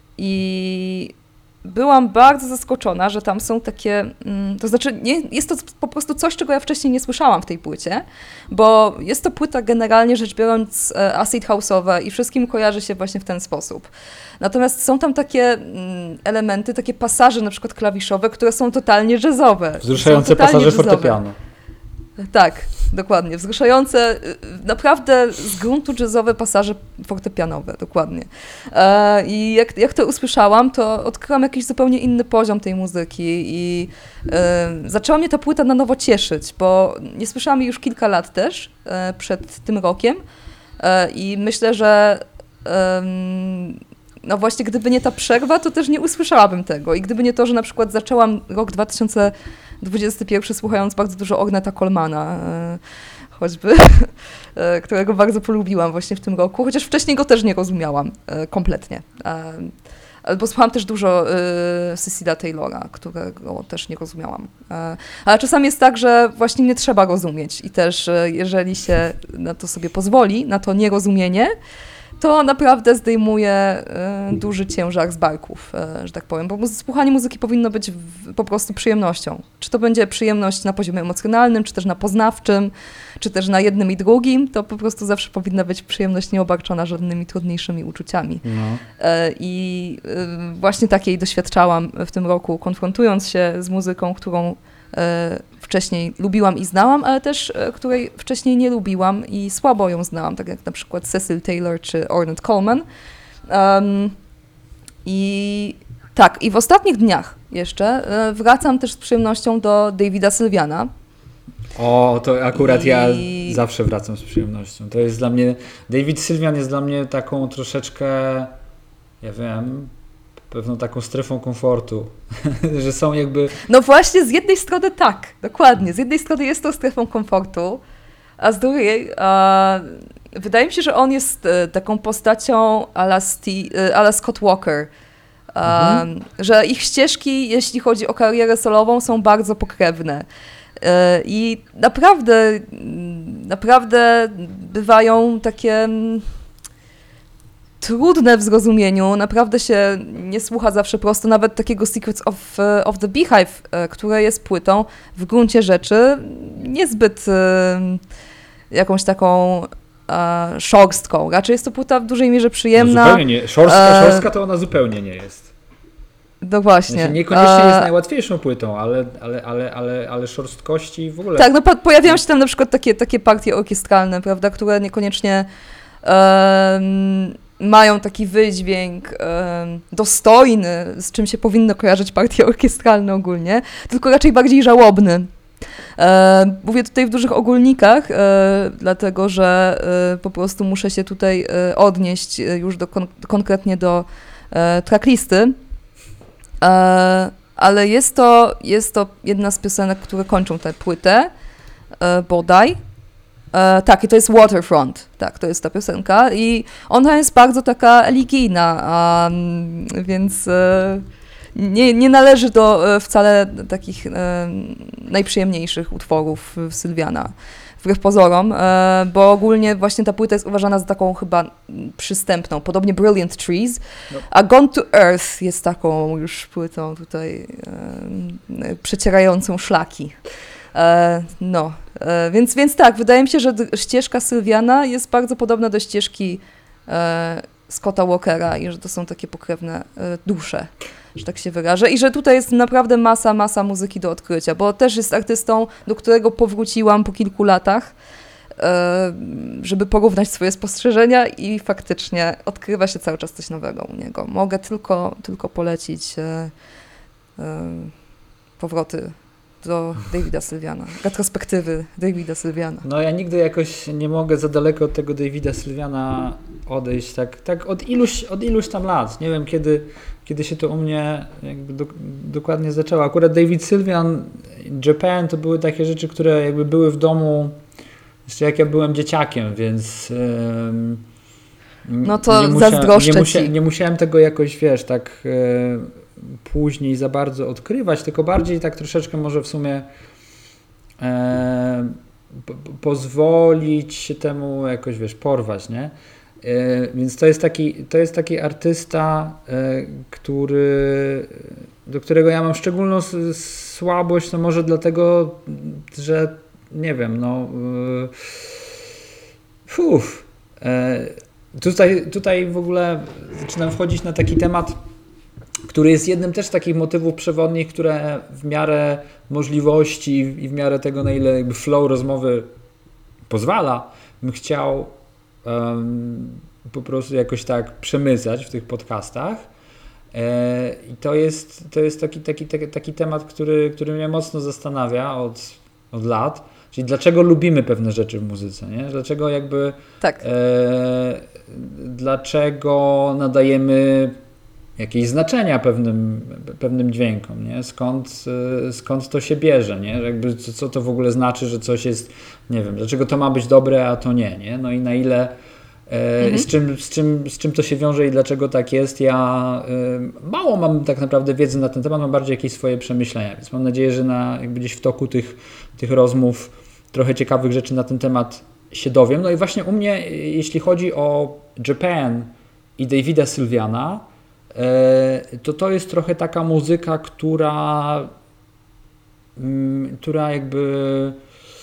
i byłam bardzo zaskoczona, że tam są takie, mm, to znaczy nie, jest to po prostu coś, czego ja wcześniej nie słyszałam w tej płycie, bo jest to płyta generalnie rzecz biorąc acid house'owa i wszystkim kojarzy się właśnie w ten sposób. Natomiast są tam takie mm, elementy, takie pasaże na przykład klawiszowe, które są totalnie jazzowe. Wzruszające pasaże fortepianu. Tak, dokładnie. Wzruszające, naprawdę z gruntu jazzowe pasaże fortepianowe, dokładnie. E, I jak, jak to usłyszałam, to odkryłam jakiś zupełnie inny poziom tej muzyki i e, zaczęła mnie ta płyta na nowo cieszyć, bo nie słyszałam jej już kilka lat też, e, przed tym rokiem e, i myślę, że e, no właśnie gdyby nie ta przerwa, to też nie usłyszałabym tego i gdyby nie to, że na przykład zaczęłam rok dwa tysiące dwudziesty pierwszy słuchając bardzo dużo Ornetta Colemana, e, choćby, e, którego bardzo polubiłam właśnie w tym roku, chociaż wcześniej go też nie rozumiałam e, kompletnie. E, albo słuchałam też dużo e, Cecilia Taylora, którego też nie rozumiałam. E, ale czasami jest tak, że właśnie nie trzeba rozumieć i też e, jeżeli się na to sobie pozwoli, na to nierozumienie, to naprawdę zdejmuje y, duży ciężar z barków, y, że tak powiem, bo słuchanie muzyki powinno być w, po prostu przyjemnością. Czy to będzie przyjemność na poziomie emocjonalnym, czy też na poznawczym, czy też na jednym i drugim, to po prostu zawsze powinna być przyjemność nieobarczona żadnymi trudniejszymi uczuciami. No. Y, I y, właśnie takiej doświadczałam w tym roku, konfrontując się z muzyką, którą wcześniej lubiłam i znałam, ale też której wcześniej nie lubiłam i słabo ją znałam, tak jak na przykład Cecil Taylor czy Ornette Coleman. Um, I tak, i w ostatnich dniach jeszcze wracam też z przyjemnością do Davida Sylviana. O, to akurat I... ja zawsze wracam z przyjemnością. To jest dla mnie, David Sylvian jest dla mnie taką troszeczkę, ja wiem, pewną taką strefą komfortu, że są jakby... No właśnie, z jednej strony tak, dokładnie. Z jednej strony jest to strefą komfortu, a z drugiej e, wydaje mi się, że on jest e, taką postacią a la, Steve, e, a la Scott Walker. mhm. że ich ścieżki, jeśli chodzi o karierę solową, są bardzo pokrewne. I naprawdę, naprawdę bywają takie trudne w zrozumieniu, naprawdę się nie słucha zawsze prosto, nawet takiego Secrets of, of the Beehive, które jest płytą w gruncie rzeczy niezbyt jakąś taką e, szorstką. Raczej jest to płyta w dużej mierze przyjemna. No zupełnie nie. Szorstka, szorstka to ona zupełnie nie jest. No właśnie. Znaczy, niekoniecznie jest najłatwiejszą płytą, ale, ale, ale, ale, ale szorstkości w ogóle... Tak, no po, pojawiają się tam na przykład takie, takie partie orkiestralne, prawda, które niekoniecznie um, mają taki wydźwięk um, dostojny, z czym się powinno kojarzyć partie orkiestralne ogólnie, tylko raczej bardziej żałobny. E, mówię tutaj w dużych ogólnikach, e, dlatego że e, po prostu muszę się tutaj e, odnieść już do kon- konkretnie do e, tracklisty. E, ale jest to, jest to jedna z piosenek, które kończą tę płytę, e, bodaj. E, tak, i to jest Waterfront, tak, to jest ta piosenka i ona jest bardzo taka elegijna, a, więc e, nie, nie należy do e, wcale takich e, najprzyjemniejszych utworów Sylwiana. Wbrew pozorom, e, bo ogólnie właśnie ta płyta jest uważana za taką chyba przystępną, podobnie Brilliant Trees, no. A Gone to Earth jest taką już płytą tutaj e, przecierającą szlaki. E, no, e, więc, więc tak, wydaje mi się, że d- ścieżka Sylwiana jest bardzo podobna do ścieżki e, Scotta Walkera i że to są takie pokrewne e, dusze, że tak się wyrażę. I że tutaj jest naprawdę masa, masa muzyki do odkrycia, bo też jest artystą, do którego powróciłam po kilku latach, e, żeby porównać swoje spostrzeżenia i faktycznie odkrywa się cały czas coś nowego u niego. Mogę tylko, tylko polecić e, e, powroty do Davida Sylwiana, retrospektywy Davida Sylwiana. No ja nigdy jakoś nie mogę za daleko od tego Davida Sylwiana odejść, tak, tak od, iluś, od iluś tam lat. Nie wiem, kiedy, kiedy się to u mnie jakby do, dokładnie zaczęło. Akurat David Sylwian, Japan to były takie rzeczy, które jakby były w domu jeszcze jak ja byłem dzieciakiem, więc um, no to nie musia, zazdroszczę nie, musia, ci. nie musiałem tego jakoś, wiesz, tak e, później za bardzo odkrywać, tylko bardziej tak troszeczkę może w sumie e, po, pozwolić się temu jakoś, wiesz, porwać, nie? E, więc to jest taki, to jest taki artysta, e, który, do którego ja mam szczególną s- słabość, no może dlatego, że nie wiem, no e, fuf, e, tutaj, tutaj w ogóle zaczynam wchodzić na taki temat, który jest jednym też z takich motywów przewodnich, które w miarę możliwości i w miarę tego, na ile jakby flow rozmowy pozwala, bym chciał um, po prostu jakoś tak przemycać w tych podcastach. E, I to jest, to jest taki, taki, taki, taki temat, który, który mnie mocno zastanawia od, od lat. Czyli dlaczego lubimy pewne rzeczy w muzyce, nie? Dlaczego jakby tak. e, dlaczego nadajemy jakieś znaczenia pewnym, pewnym dźwiękom, nie? Skąd, skąd to się bierze, nie? Jakby co, co to w ogóle znaczy, że coś jest, nie wiem, dlaczego to ma być dobre, a to nie, nie? No i na ile, e, mhm. z, czym, z, czym, z czym to się wiąże i dlaczego tak jest. Ja e, mało mam tak naprawdę wiedzy na ten temat, mam bardziej jakieś swoje przemyślenia, więc mam nadzieję, że na, jakby gdzieś w toku tych, tych rozmów trochę ciekawych rzeczy na ten temat się dowiem. No i właśnie u mnie, jeśli chodzi o Japan i Davida Sylwiana, to to jest trochę taka muzyka, która która jakby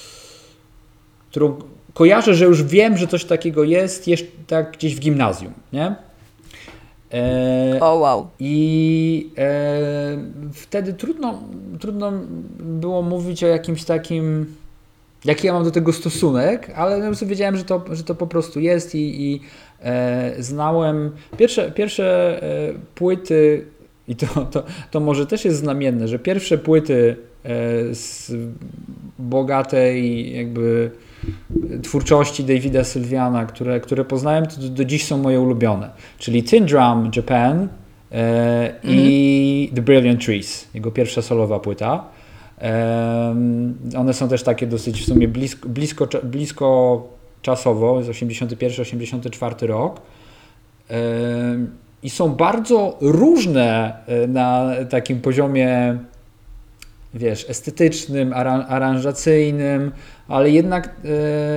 którą kojarzę, że już wiem, że coś takiego jest jeszcze tak gdzieś w gimnazjum, nie? E, oh, wow. I e, wtedy trudno, trudno było mówić o jakimś takim, jaki ja mam do tego stosunek, ale ja sobie wiedziałem, że to, że to po prostu jest i, i e, znałem pierwsze, pierwsze e, płyty i to, to, to może też jest znamienne, że pierwsze płyty e, z bogatej jakby twórczości Davida Sylwiana, które, które poznałem, to do, do dziś są moje ulubione, czyli Tin Drum Japan e, mm-hmm. i The Brilliant Trees, jego pierwsza solowa płyta. Um, one są też takie dosyć w sumie blisko, blisko, blisko czasowo, z osiemdziesiąty pierwszy osiemdziesiąty czwarty rok. Um, i są bardzo różne na takim poziomie, wiesz, estetycznym, aran- aranżacyjnym, ale jednak e,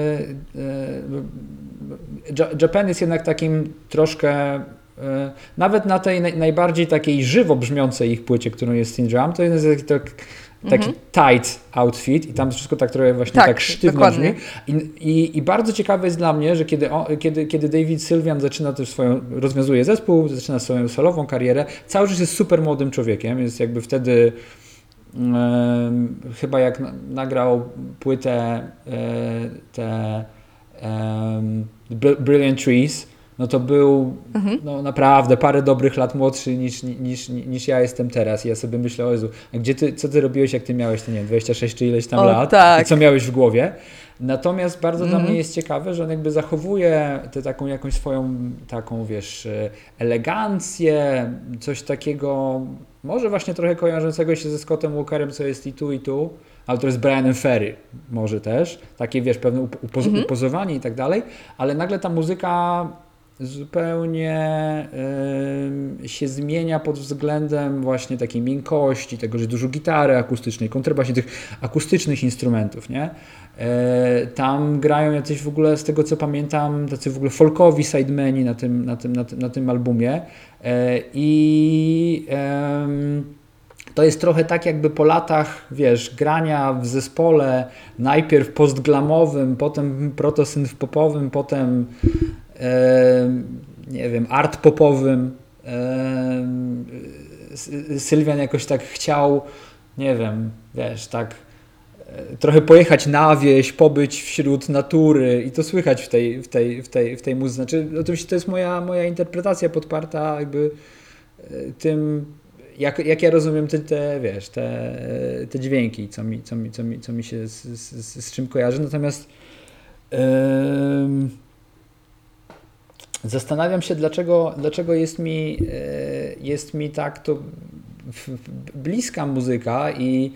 e, Japan jest jednak takim troszkę, e, nawet na tej naj, najbardziej takiej żywo brzmiącej ich płycie, którą jest Syndrome, to jest taki, tak, taki mhm. tight outfit i tam wszystko tak trochę właśnie tak, tak sztywno brzmi. I, i, I bardzo ciekawe jest dla mnie, że kiedy, on, kiedy, kiedy David Sylvian zaczyna też swoją, rozwiązuje zespół, zaczyna swoją solową karierę, cały czas jest super młodym człowiekiem, jest jakby wtedy chyba jak nagrał płytę te um, Brilliant Trees, no to był mhm. no, naprawdę parę dobrych lat młodszy niż, niż, niż ja jestem teraz. I ja sobie myślę, o Jezu, a gdzie ty, co ty robiłeś, jak ty miałeś, to nie wiem, dwadzieścia sześć czy ileś tam o, lat tak. i co miałeś w głowie? Natomiast bardzo mhm. dla mnie jest ciekawe, że on jakby zachowuje tę taką jakąś swoją taką, wiesz, elegancję, coś takiego, może właśnie trochę kojarzącego się ze Scottem Walkerem, co jest i tu, i tu, ale to jest Brianem Ferry może też, takie, wiesz, pewne upo- mhm. upozowanie i tak dalej, ale nagle ta muzyka zupełnie y, się zmienia pod względem właśnie takiej miękkości, tego, że dużo gitary akustycznej, kontrabasie, tych akustycznych instrumentów, nie? Y, tam grają jacyś w ogóle, z tego co pamiętam, tacy w ogóle folkowi sidemeni na tym, na tym, na tym, na tym albumie y, i y, to jest trochę tak jakby po latach, wiesz, grania w zespole, najpierw postglamowym, potem protosynth-popowym, potem nie wiem, art popowym. Sylwian jakoś tak chciał, nie wiem, wiesz, tak trochę pojechać na wieś, pobyć wśród natury i to słychać w tej, w tej, w tej, w tej muzyce. Znaczy, oczywiście to jest moja, moja interpretacja podparta jakby tym, jak, jak ja rozumiem te, te wiesz, te, te dźwięki, co mi, co mi, co mi, co mi się z, z, z czym kojarzy. Natomiast yy, zastanawiam się, dlaczego, dlaczego jest mi, jest mi tak to bliska muzyka i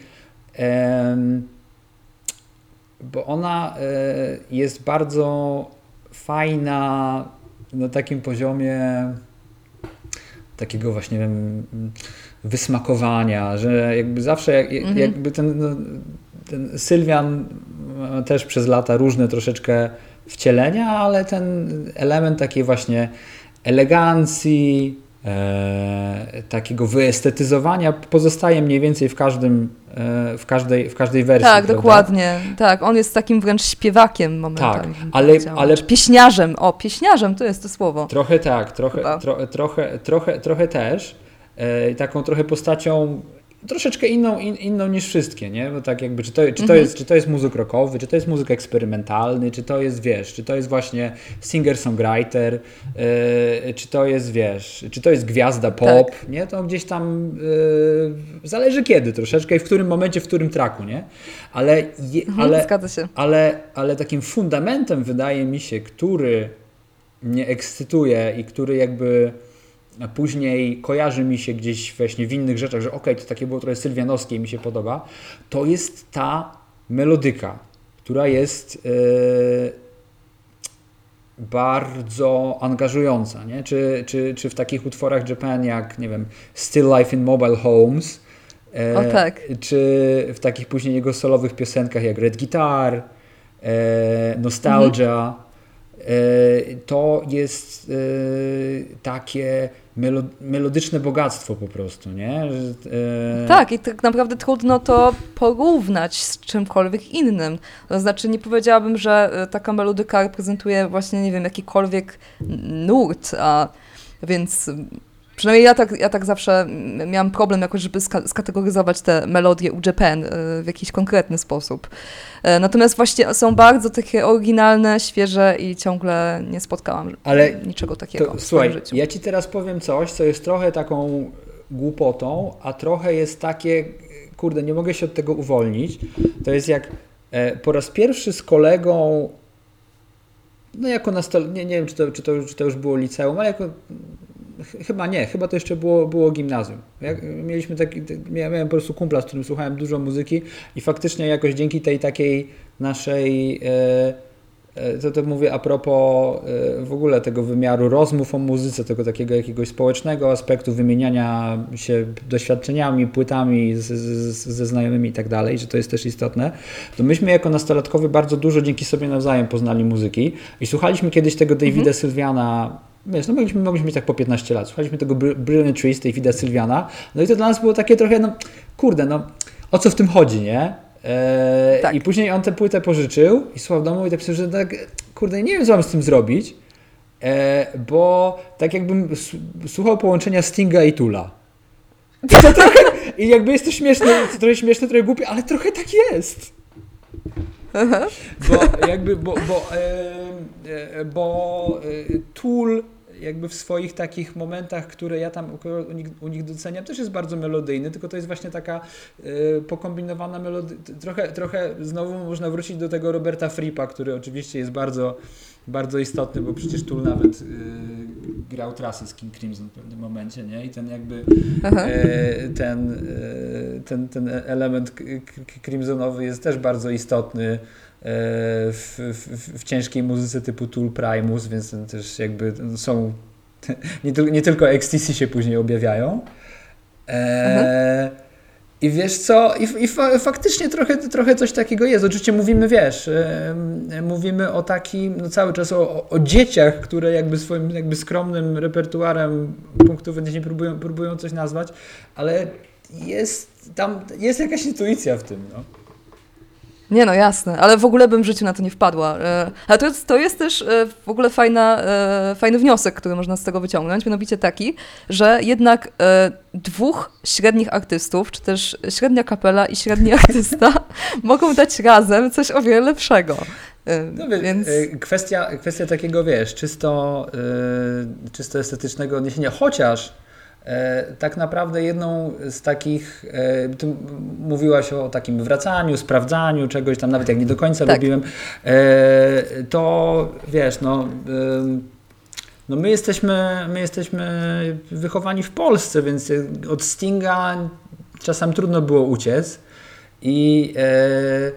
bo ona jest bardzo fajna na takim poziomie takiego właśnie wiem, wysmakowania, że jakby zawsze jak, mhm. jakby ten, no, ten Sylwian też przez lata różne troszeczkę wcielenia, ale ten element takiej właśnie elegancji, e, takiego wyestetyzowania pozostaje mniej więcej w każdym, e, w każdej, w każdej wersji. Tak, prawda? dokładnie. Tak, on jest takim wręcz śpiewakiem momentami. Tak, ale, ale pieśniarzem. O, pieśniarzem to jest to słowo. Trochę tak, trochę, tro, trochę, trochę, trochę też. E, taką trochę postacią troszeczkę inną, in, inną niż wszystkie, nie? Bo tak jakby, czy to, czy, to mhm. jest, czy to jest muzyk rockowy, czy to jest muzyk eksperymentalny, czy to jest, wiesz, czy to jest właśnie singer-songwriter, yy, czy to jest, wiesz, czy to jest gwiazda pop, tak. nie? To gdzieś tam yy, zależy kiedy troszeczkę i w którym momencie, w którym tracku, nie? Ale, je, mhm, ale, zgadza się. Ale, ale takim fundamentem wydaje mi się, który mnie ekscytuje i który jakby a później kojarzy mi się gdzieś właśnie w innych rzeczach, że okej, okay, to takie było trochę sylwianowskie i mi się podoba, to jest ta melodyka, która jest yy, bardzo angażująca, nie? Czy, czy, czy w takich utworach Japan jak, nie wiem, Still Life in Mobile Homes, yy, o, tak. czy w takich później jego solowych piosenkach jak Red Guitar, yy, Nostalgia, mhm. to jest takie melodyczne bogactwo po prostu, nie? Tak, i tak naprawdę trudno to porównać z czymkolwiek innym. To znaczy nie powiedziałabym, że taka melodyka reprezentuje właśnie, nie wiem, jakikolwiek nurt, a więc przynajmniej ja tak, ja tak zawsze miałam problem jakoś, żeby ska- skategoryzować te melodie u Japan w jakiś konkretny sposób. Natomiast właśnie są bardzo takie oryginalne, świeże i ciągle nie spotkałam Ale niczego takiego to, w słuchaj, swoim życiu. Ja ci teraz powiem coś, co jest trochę taką głupotą, a trochę jest takie, kurde, nie mogę się od tego uwolnić. To jest jak e, po raz pierwszy z kolegą, no jako nastolatki, nie, nie wiem, czy to, czy, to, czy to już było liceum, ale jako Chyba nie, chyba to jeszcze było, było gimnazjum. Jak mieliśmy taki, miałem po prostu kumpla, z którym słuchałem dużo muzyki i faktycznie jakoś dzięki tej takiej naszej e, to, to mówię a propos w ogóle tego wymiaru rozmów o muzyce, tego takiego jakiegoś społecznego aspektu, wymieniania się doświadczeniami, płytami z, z, ze znajomymi i tak dalej, że to jest też istotne, to myśmy jako nastolatkowie bardzo dużo dzięki sobie nawzajem poznali muzyki i słuchaliśmy kiedyś tego Davida mhm. Sylwiana. Wiesz, no mogliśmy, mogliśmy mieć tak po piętnaście lat. Słuchaliśmy tego Brilliant Trees, Davida Sylwiana, no i to dla nas było takie trochę, no kurde, no o co w tym chodzi, nie? Eee, tak. I później on tę płytę pożyczył i słuchał w domu i tak pisał, że tak, kurde, nie wiem co mam z tym zrobić, eee, bo tak jakbym słuchał połączenia Stinga i Tula. I, to trochę, i jakby jest to śmieszne, trochę śmieszne, trochę głupie, ale trochę tak jest. Aha. Bo jakby, bo, bo, e, bo e, Tool jakby w swoich takich momentach, które ja tam u nich, u nich doceniam, też jest bardzo melodyjny, tylko to jest właśnie taka e, pokombinowana melodia. Trochę, trochę znowu można wrócić do tego Roberta Frippa, który oczywiście jest bardzo, bardzo istotny, bo przecież Tool nawet e, grał trasy z King Crimson w pewnym momencie, nie? I ten jakby e, ten, e, ten, ten element Crimsonowy jest też bardzo istotny W, w, w ciężkiej muzyce typu Tool Primus, więc też jakby są nie, nie tylko X T C się później objawiają. E, I wiesz co, i, i fa, faktycznie trochę, trochę coś takiego jest. Oczywiście mówimy, wiesz, e, mówimy o takim, no cały czas o, o dzieciach, które jakby swoim jakby skromnym repertuarem punktów odniesienia próbują, próbują coś nazwać, ale jest tam, jest jakaś intuicja w tym, no. Nie no, jasne, ale w ogóle bym w życiu na to nie wpadła. Ale to jest, to jest też w ogóle fajna, fajny wniosek, który można z tego wyciągnąć, mianowicie taki, że jednak dwóch średnich artystów, czy też średnia kapela i średni artysta mogą dać razem coś o wiele lepszego. No, więc... kwestia, kwestia takiego, wiesz, czysto, yy, czysto estetycznego odniesienia, chociaż E, tak naprawdę jedną z takich, e, ty mówiłaś o takim wracaniu, sprawdzaniu czegoś tam, nawet jak nie do końca tak. lubiłem, e, to wiesz, no, e, no my jesteśmy, my jesteśmy wychowani w Polsce, więc od Stinga czasem trudno było uciec i e,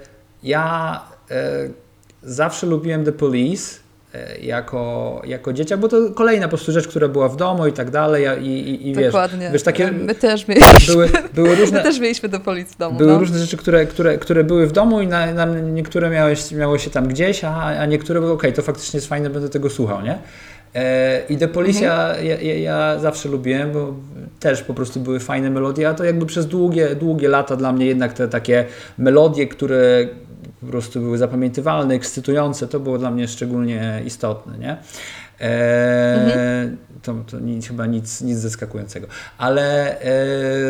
ja e, zawsze lubiłem The Police jako, jako dzieciak, bo to kolejna po prostu rzecz, która była w domu i tak dalej i, i, i wiesz, wiesz, takie my też mieliśmy, były, były różne, my też mieliśmy do policji w domu. Były no. różne rzeczy, które, które, które były w domu i na, na niektóre miałeś, miało się tam gdzieś, a, a niektóre były okej, okay, to faktycznie jest fajne, będę tego słuchał, nie? E, I The Police mhm. ja, ja, ja zawsze lubiłem, bo też po prostu były fajne melodie, a to jakby przez długie, długie lata dla mnie jednak te takie melodie, które po prostu były zapamiętywalne, ekscytujące, to było dla mnie szczególnie istotne, nie? E, mhm. To, to nic, chyba nic, nic zaskakującego. Ale e,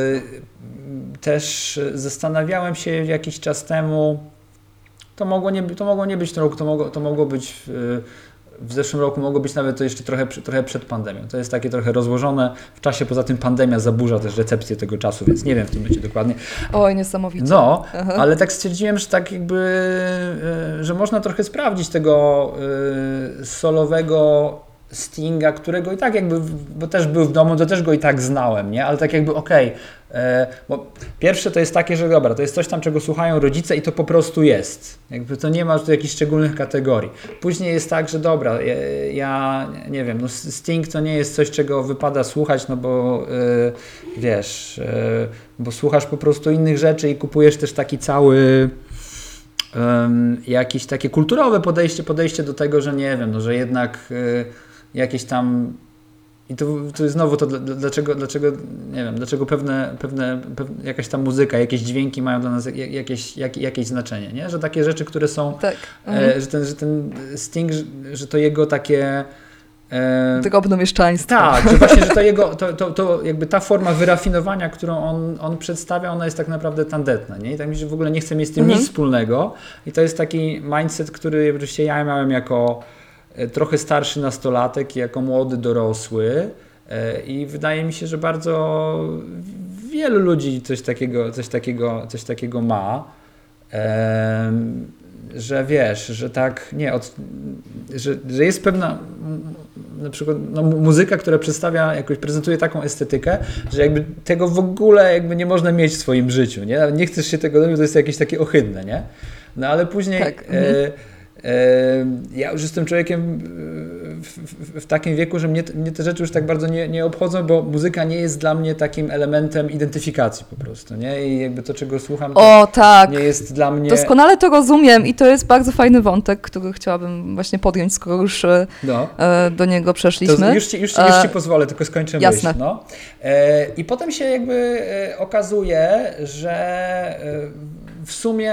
też zastanawiałem się jakiś czas temu, to mogło nie, to mogło nie być ten rok, to mogło, to mogło być w, w zeszłym roku, mogło być nawet to jeszcze trochę, trochę przed pandemią. To jest takie trochę rozłożone w czasie, poza tym pandemia zaburza też recepcję tego czasu, więc nie wiem w tym momencie dokładnie. Oj, niesamowicie. No, Aha. ale tak stwierdziłem, że tak jakby, że można trochę sprawdzić tego solowego Stinga, którego i tak jakby, bo też był w domu, to też go i tak znałem, nie? Ale tak jakby okej, okay, bo pierwsze to jest takie, że dobra, to jest coś tam, czego słuchają rodzice i to po prostu jest. Jakby to nie ma tu jakichś szczególnych kategorii. Później jest tak, że dobra, ja, ja nie wiem, no Sting to nie jest coś, czego wypada słuchać, no bo yy, wiesz, yy, bo słuchasz po prostu innych rzeczy i kupujesz też taki cały Um, jakieś takie kulturowe podejście, podejście do tego, że nie wiem, no, że jednak y, jakieś tam i to, to znowu to dlaczego, dlaczego nie wiem, dlaczego pewne, pewne, pewne jakaś tam muzyka, jakieś dźwięki mają dla nas jakieś, jak, jakieś znaczenie, nie? Że takie rzeczy, które są, tak. e, że, ten, że ten Sting, że, że to jego takie E, drobnomieszczaństwo. Tak, że właśnie, że to jego, to, to, to jakby ta forma wyrafinowania, którą on, on przedstawia, ona jest tak naprawdę tandetna, nie? I tak mi się w ogóle nie chce mieć z tym mhm. nic wspólnego. I to jest taki mindset, który oczywiście ja miałem jako trochę starszy nastolatek, jako młody dorosły. I wydaje mi się, że bardzo wielu ludzi coś takiego, coś takiego, coś takiego ma. Że wiesz, że tak, nie, od, że, że jest pewna na przykład no, muzyka, która przedstawia, jakoś prezentuje taką estetykę, że jakby tego w ogóle jakby nie można mieć w swoim życiu, nie? Nie chcesz się tego robić, to jest jakieś takie ohydne, nie? No ale później, tak. e, Ja już jestem człowiekiem w, w, w takim wieku, że mnie, mnie te rzeczy już tak bardzo nie, nie obchodzą, bo muzyka nie jest dla mnie takim elementem identyfikacji po prostu, nie? I jakby to, czego słucham, to o, tak. nie jest dla mnie... Doskonale to rozumiem i to jest bardzo fajny wątek, który chciałabym właśnie podjąć, skoro już no. do niego przeszliśmy. To już ci, już ci, już ci pozwolę, tylko skończę Jasne. myśl. No. I potem się jakby okazuje, że w sumie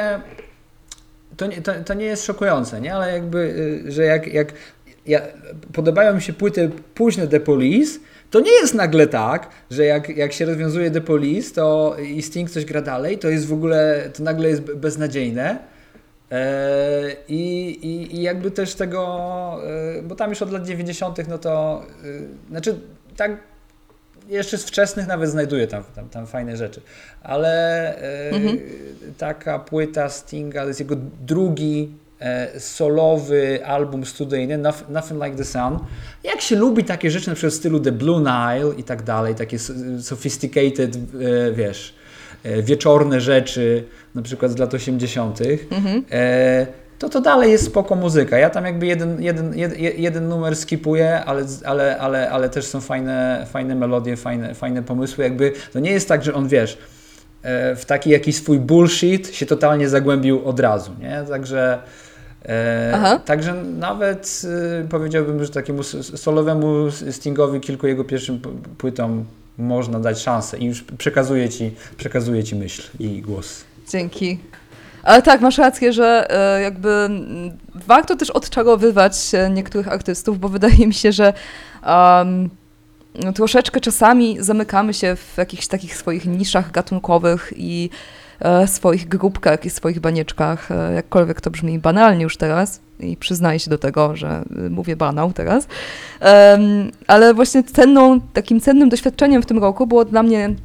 To nie, to, to nie jest szokujące, nie? Ale jakby, że jak, jak ja, podobają mi się płyty późne The Police, to nie jest nagle tak, że jak, jak się rozwiązuje The Police to i Sting coś gra dalej, to jest w ogóle, to nagle jest beznadziejne. Eee, i, i, I jakby też tego, e, bo tam już od lat dziewięćdziesiątych, no to, e, znaczy tak jeszcze z wczesnych nawet znajduję tam, tam, tam fajne rzeczy, ale e, mhm. taka płyta Stinga, to jest jego drugi e, solowy album studyjny, Nothing, Nothing Like the Sun. Jak się lubi takie rzeczy na przykład w stylu The Blue Nile i tak dalej, takie sophisticated, e, wiesz, e, wieczorne rzeczy, na przykład z lat osiemdziesiątych, mhm. e, to to dalej jest spoko muzyka. Ja tam jakby jeden, jeden, jeden, jeden numer skipuję, ale, ale, ale, ale też są fajne, fajne melodie, fajne, fajne pomysły. Jakby to nie jest tak, że on, wiesz, w taki jakiś swój bullshit się totalnie zagłębił od razu, nie? Także, e, także nawet e, powiedziałbym, że takiemu solowemu Stingowi, kilku jego pierwszym płytom można dać szansę i już przekazuję ci, przekazuję ci myśl i głos. Dzięki. Ale tak, masz rację, że e, jakby warto też odczarowywać niektórych artystów, bo wydaje mi się, że um, no, troszeczkę czasami zamykamy się w jakichś takich swoich niszach gatunkowych i e, swoich grupkach i swoich banieczkach, e, jakkolwiek to brzmi banalnie już teraz i przyznaję się do tego, że y, mówię banał teraz, um, ale właśnie cenną, takim cennym doświadczeniem w tym roku było dla mnie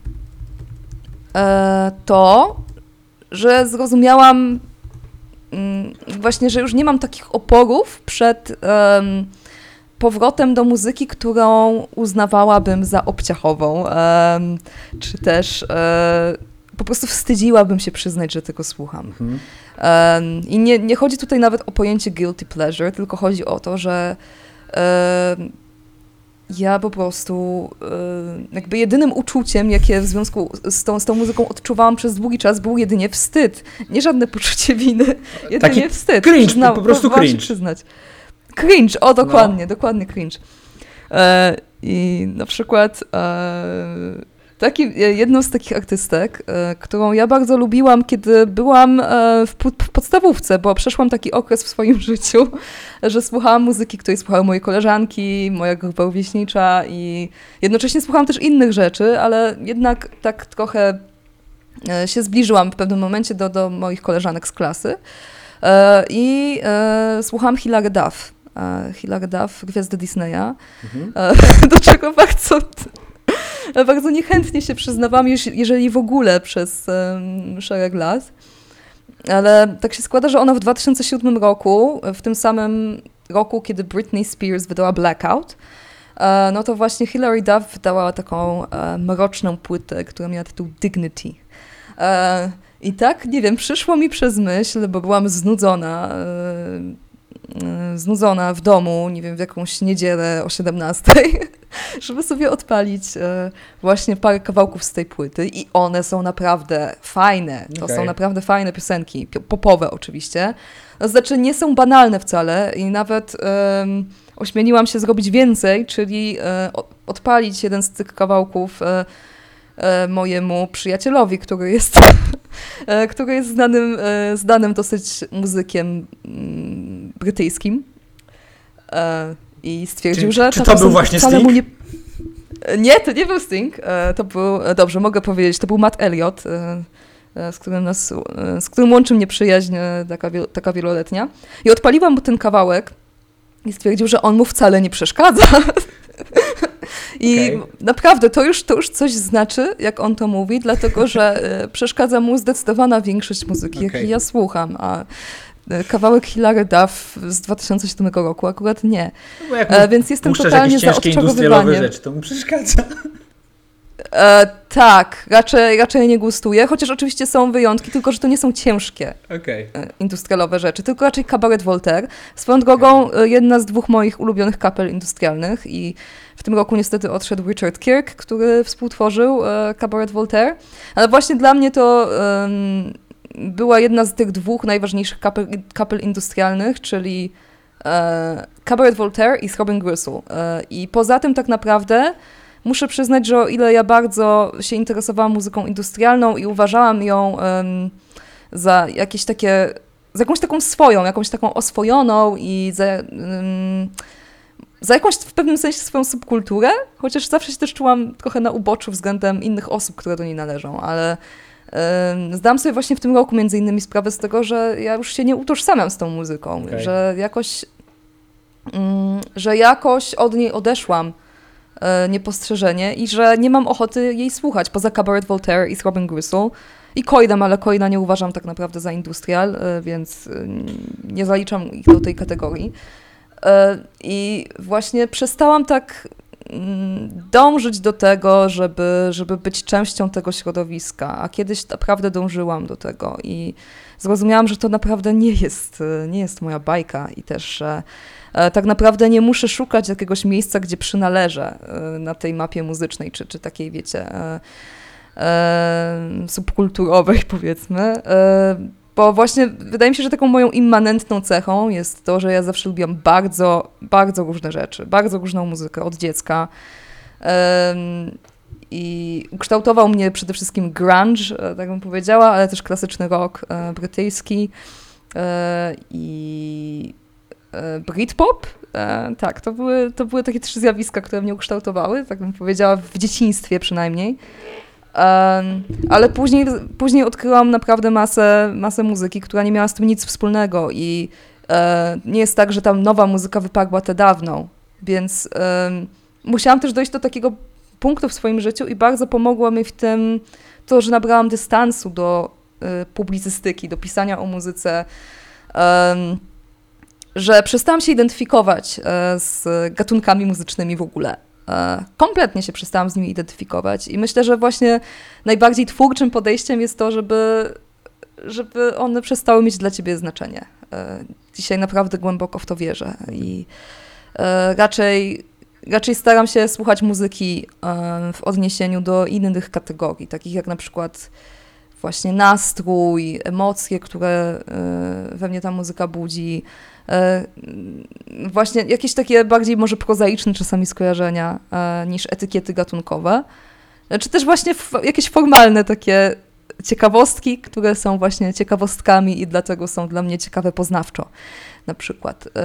e, to, że zrozumiałam mm, właśnie, że już nie mam takich oporów przed um, powrotem do muzyki, którą uznawałabym za obciachową, um, czy też um, po prostu wstydziłabym się przyznać, że tego słucham. Mhm. Um, I nie, nie chodzi tutaj nawet o pojęcie guilty pleasure, tylko chodzi o to, że um, ja po prostu jakby jedynym uczuciem, jakie w związku z tą, z tą muzyką odczuwałam przez długi czas, był jedynie wstyd. Nie żadne poczucie winy, jedynie Taki wstyd. Cringe, Przyzna, po prostu cringe. Przyznać. Cringe, o dokładnie, no. dokładnie cringe. E, I na przykład e, taki, jedną z takich artystek, e, którą ja bardzo lubiłam, kiedy byłam e, w, w podstawówce, bo przeszłam taki okres w swoim życiu, że słuchałam muzyki, której słuchały moje koleżanki, moja grupa rówieśnicza i jednocześnie słuchałam też innych rzeczy, ale jednak tak trochę e, się zbliżyłam w pewnym momencie do, do moich koleżanek z klasy e, i e, słuchałam Hilary Duff. E, Hilary Duff, gwiazdy Disneya, mhm. e, do czego bardzo... Bardzo niechętnie się przyznawałam, jeżeli w ogóle przez um, szereg lat. Ale tak się składa, że ona w dwa tysiące siódmym roku, w tym samym roku, kiedy Britney Spears wydała Blackout, e, no to właśnie Hilary Duff wydała taką e, mroczną płytę, która miała tytuł Dignity. E, I tak, nie wiem, przyszło mi przez myśl, bo byłam znudzona, e, znudzona w domu, nie wiem, w jakąś niedzielę o siedemnastej, żeby sobie odpalić e, właśnie parę kawałków z tej płyty i one są naprawdę fajne. To okay. są naprawdę fajne piosenki, popowe oczywiście. To znaczy nie są banalne wcale i nawet e, ośmieliłam się zrobić więcej, czyli e, odpalić jeden z tych kawałków e, e, mojemu przyjacielowi, który jest, e, który jest znanym, e, znanym dosyć muzykiem m, brytyjskim. E, I stwierdził, czy, że... Czy to był właśnie Sting? Mu nie... nie, to nie był Sting. E, to był, dobrze, mogę powiedzieć, to był Matt Elliott, e, e, z, którym nas, e, z którym łączy mnie przyjaźń e, taka, taka wieloletnia. I odpaliłam mu ten kawałek i stwierdził, że on mu wcale nie przeszkadza. I okay. naprawdę to już, to już coś znaczy, jak on to mówi, dlatego że e, przeszkadza mu zdecydowana większość muzyki, okay. jakiej ja słucham, a kawałek Hilary Duff z dwa tysiące siódmego roku akurat nie. No jak e, więc jestem totalnie za odczarowywaniem. rzeczy, to mu przeszkadza. E, tak, raczej, raczej nie gustuję, chociaż oczywiście są wyjątki, tylko że to nie są ciężkie okay. e, industrialowe rzeczy, tylko raczej Cabaret Voltaire. Swoją drogą okay. jedna z dwóch moich ulubionych kapel industrialnych i w tym roku niestety odszedł Richard Kirk, który współtworzył e, Cabaret Voltaire, ale właśnie dla mnie to e, była jedna z tych dwóch najważniejszych kapel, kapel industrialnych, czyli e, Cabaret Voltaire i Throbbing Gristle. E, I poza tym tak naprawdę muszę przyznać, że o ile ja bardzo się interesowałam muzyką industrialną i uważałam ją um, za jakieś takie, za jakąś taką swoją, jakąś taką oswojoną i za, um, za jakąś w pewnym sensie swoją subkulturę, chociaż zawsze się też czułam trochę na uboczu względem innych osób, które do niej należą, ale um, zdałam sobie właśnie w tym roku między innymi sprawę z tego, że ja już się nie utożsamiam z tą muzyką, okay. że jakoś um, że jakoś od niej odeszłam niepostrzeżenie i że nie mam ochoty jej słuchać, poza Cabaret Voltaire i Throbbing Gristle i Coidem, ale Coida nie uważam tak naprawdę za industrial, więc nie zaliczam ich do tej kategorii. I właśnie przestałam tak dążyć do tego, żeby, żeby być częścią tego środowiska, a kiedyś naprawdę dążyłam do tego i zrozumiałam, że to naprawdę nie jest, nie jest moja bajka i też, że tak naprawdę nie muszę szukać jakiegoś miejsca, gdzie przynależę na tej mapie muzycznej, czy, czy takiej, wiecie, e, e, subkulturowej, powiedzmy. E, bo właśnie wydaje mi się, że taką moją immanentną cechą jest to, że ja zawsze lubiłam bardzo, bardzo różne rzeczy, bardzo różną muzykę od dziecka. E, I ukształtował mnie przede wszystkim grunge, tak bym powiedziała, ale też klasyczny rock e, brytyjski e, i Britpop, e, tak, to były, to były takie trzy zjawiska, które mnie ukształtowały, tak bym powiedziała, w dzieciństwie przynajmniej. E, ale później, później odkryłam naprawdę masę, masę muzyki, która nie miała z tym nic wspólnego i e, nie jest tak, że tam nowa muzyka wypadła tę dawną, więc e, musiałam też dojść do takiego punktu w swoim życiu i bardzo pomogło mi w tym to, że nabrałam dystansu do e, publicystyki, do pisania o muzyce, e, że przestałam się identyfikować e, z gatunkami muzycznymi w ogóle. E, kompletnie się przestałam z nimi identyfikować i myślę, że właśnie najbardziej twórczym podejściem jest to, żeby, żeby one przestały mieć dla ciebie znaczenie. E, dzisiaj naprawdę głęboko w to wierzę i e, raczej, raczej staram się słuchać muzyki e, w odniesieniu do innych kategorii, takich jak na przykład właśnie nastrój, emocje, które y, we mnie ta muzyka budzi. Y, właśnie jakieś takie bardziej może prozaiczne czasami skojarzenia y, niż etykiety gatunkowe. Czy też właśnie f- jakieś formalne takie ciekawostki, które są właśnie ciekawostkami i dlatego są dla mnie ciekawe poznawczo na przykład. Y,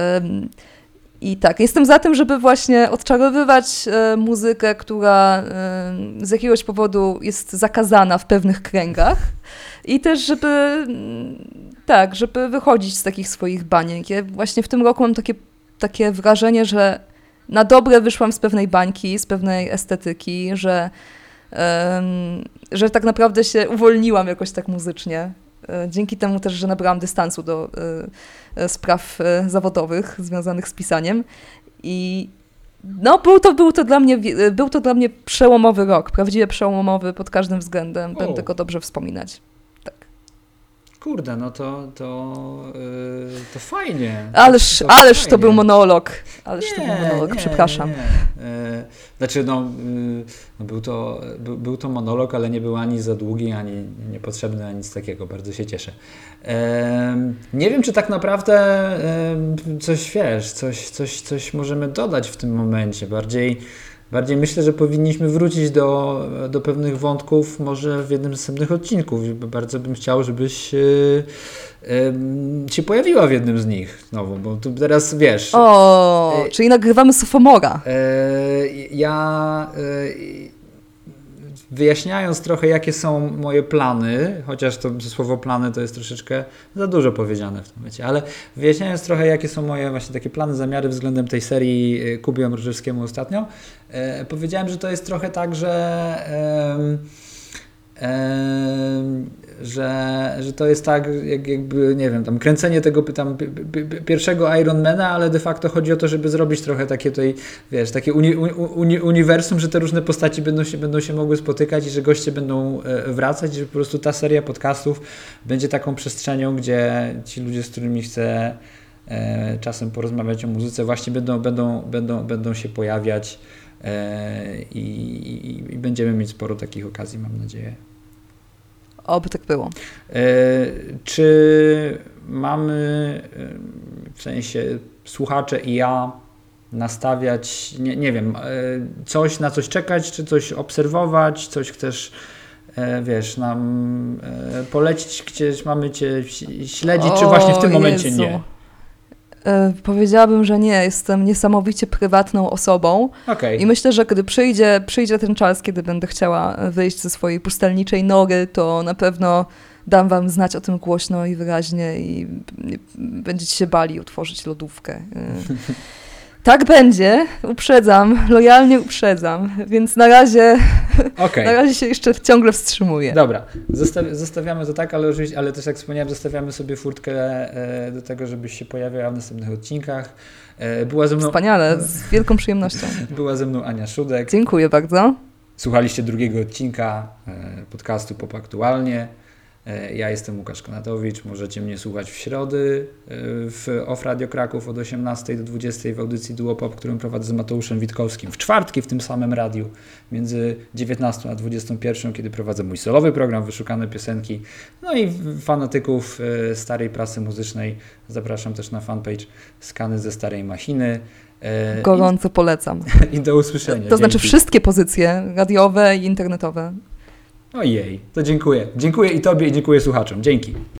I tak, jestem za tym, żeby właśnie odczarowywać e, muzykę, która e, z jakiegoś powodu jest zakazana w pewnych kręgach i też, żeby m, tak, żeby wychodzić z takich swoich baniek. Ja właśnie w tym roku mam takie, takie wrażenie, że na dobre wyszłam z pewnej bańki, z pewnej estetyki, że, e, że tak naprawdę się uwolniłam jakoś tak muzycznie. Dzięki temu też, że nabrałam dystansu do y, spraw y, zawodowych związanych z pisaniem. I no, był to, był to dla mnie, był to dla mnie przełomowy rok, prawdziwie przełomowy pod każdym względem. O. Będę go dobrze wspominać. Tak. Kurde, no to, to, yy, to fajnie. Ależ, to ależ fajnie. to był monolog. Ależ nie, to był monolog, nie, przepraszam. Nie, nie. Znaczy, no, yy, no był, to, był, był to monolog, ale nie był ani za długi, ani niepotrzebny, ani nic takiego. Bardzo się cieszę. Yy, nie wiem, czy tak naprawdę yy, coś, wiesz, coś, coś, coś możemy dodać w tym momencie. Bardziej Bardziej myślę, że powinniśmy wrócić do, do pewnych wątków może w jednym z następnych odcinków. Bardzo bym chciał, żebyś yy, yy, się pojawiła w jednym z nich znowu, bo tu teraz wiesz... O, yy, czyli nagrywamy Sophomora. Yy, ja... Yy, Wyjaśniając trochę, jakie są moje plany, chociaż to słowo plany to jest troszeczkę za dużo powiedziane w tym momencie, ale wyjaśniając trochę, jakie są moje właśnie takie plany, zamiary względem tej serii Kubie Mrożewskiemu ostatnio, e, powiedziałem, że to jest trochę tak, że że, że to jest tak, jak, jakby, nie wiem, tam kręcenie tego tam, p, p, pierwszego Ironmana, ale de facto chodzi o to, żeby zrobić trochę takie tutaj, wiesz, takie uni, uni, uniwersum, że te różne postaci będą się, będą się mogły spotykać i że goście będą wracać i że po prostu ta seria podcastów będzie taką przestrzenią, gdzie ci ludzie, z którymi chcę e, czasem porozmawiać o muzyce, właśnie będą, będą, będą, będą się pojawiać e, i, i, i będziemy mieć sporo takich okazji, mam nadzieję. Oby tak było. E, czy mamy, w sensie słuchacze i ja, nastawiać, nie, nie wiem, e, coś, na coś czekać, czy coś obserwować, coś chcesz, e, wiesz, nam e, polecić, gdzieś mamy Cię śledzić, o, czy właśnie w tym momencie Jezu. nie? E, powiedziałabym, że nie. Jestem niesamowicie prywatną osobą. Okay. I myślę, że gdy przyjdzie, przyjdzie ten czas, kiedy będę chciała wyjść ze swojej pustelniczej nory, to na pewno dam wam znać o tym głośno i wyraźnie i będziecie się bali otworzyć lodówkę. Tak będzie, uprzedzam, lojalnie uprzedzam, więc na razie, okay. na razie się jeszcze ciągle wstrzymuję. Dobra, Zostawi- zostawiamy to tak, ale, oczywiście, ale też jak wspomniałem, zostawiamy sobie furtkę e, do tego, żebyś się pojawiała w następnych odcinkach. E, była ze mną... Wspaniale, z wielką przyjemnością. Była ze mną Ania Szudek. Dziękuję bardzo. Słuchaliście drugiego odcinka e, podcastu Pop Aktualnie. Ja jestem Łukasz Konatowicz, możecie mnie słuchać w środy w Off Radio Kraków od osiemnastej do dwudziestej w audycji Duo Pop, którą prowadzę z Mateuszem Witkowskim, w czwartki w tym samym radiu między dziewiętnastą a dwudziestą pierwszą, kiedy prowadzę mój solowy program Wyszukane Piosenki. No i fanatyków starej prasy muzycznej zapraszam też na fanpage Skany ze Starej Machiny. Gorąco polecam. I do usłyszenia. To, to znaczy Dzięki. Wszystkie pozycje radiowe i internetowe. Ojej, to dziękuję. Dziękuję i Tobie i dziękuję słuchaczom. Dzięki.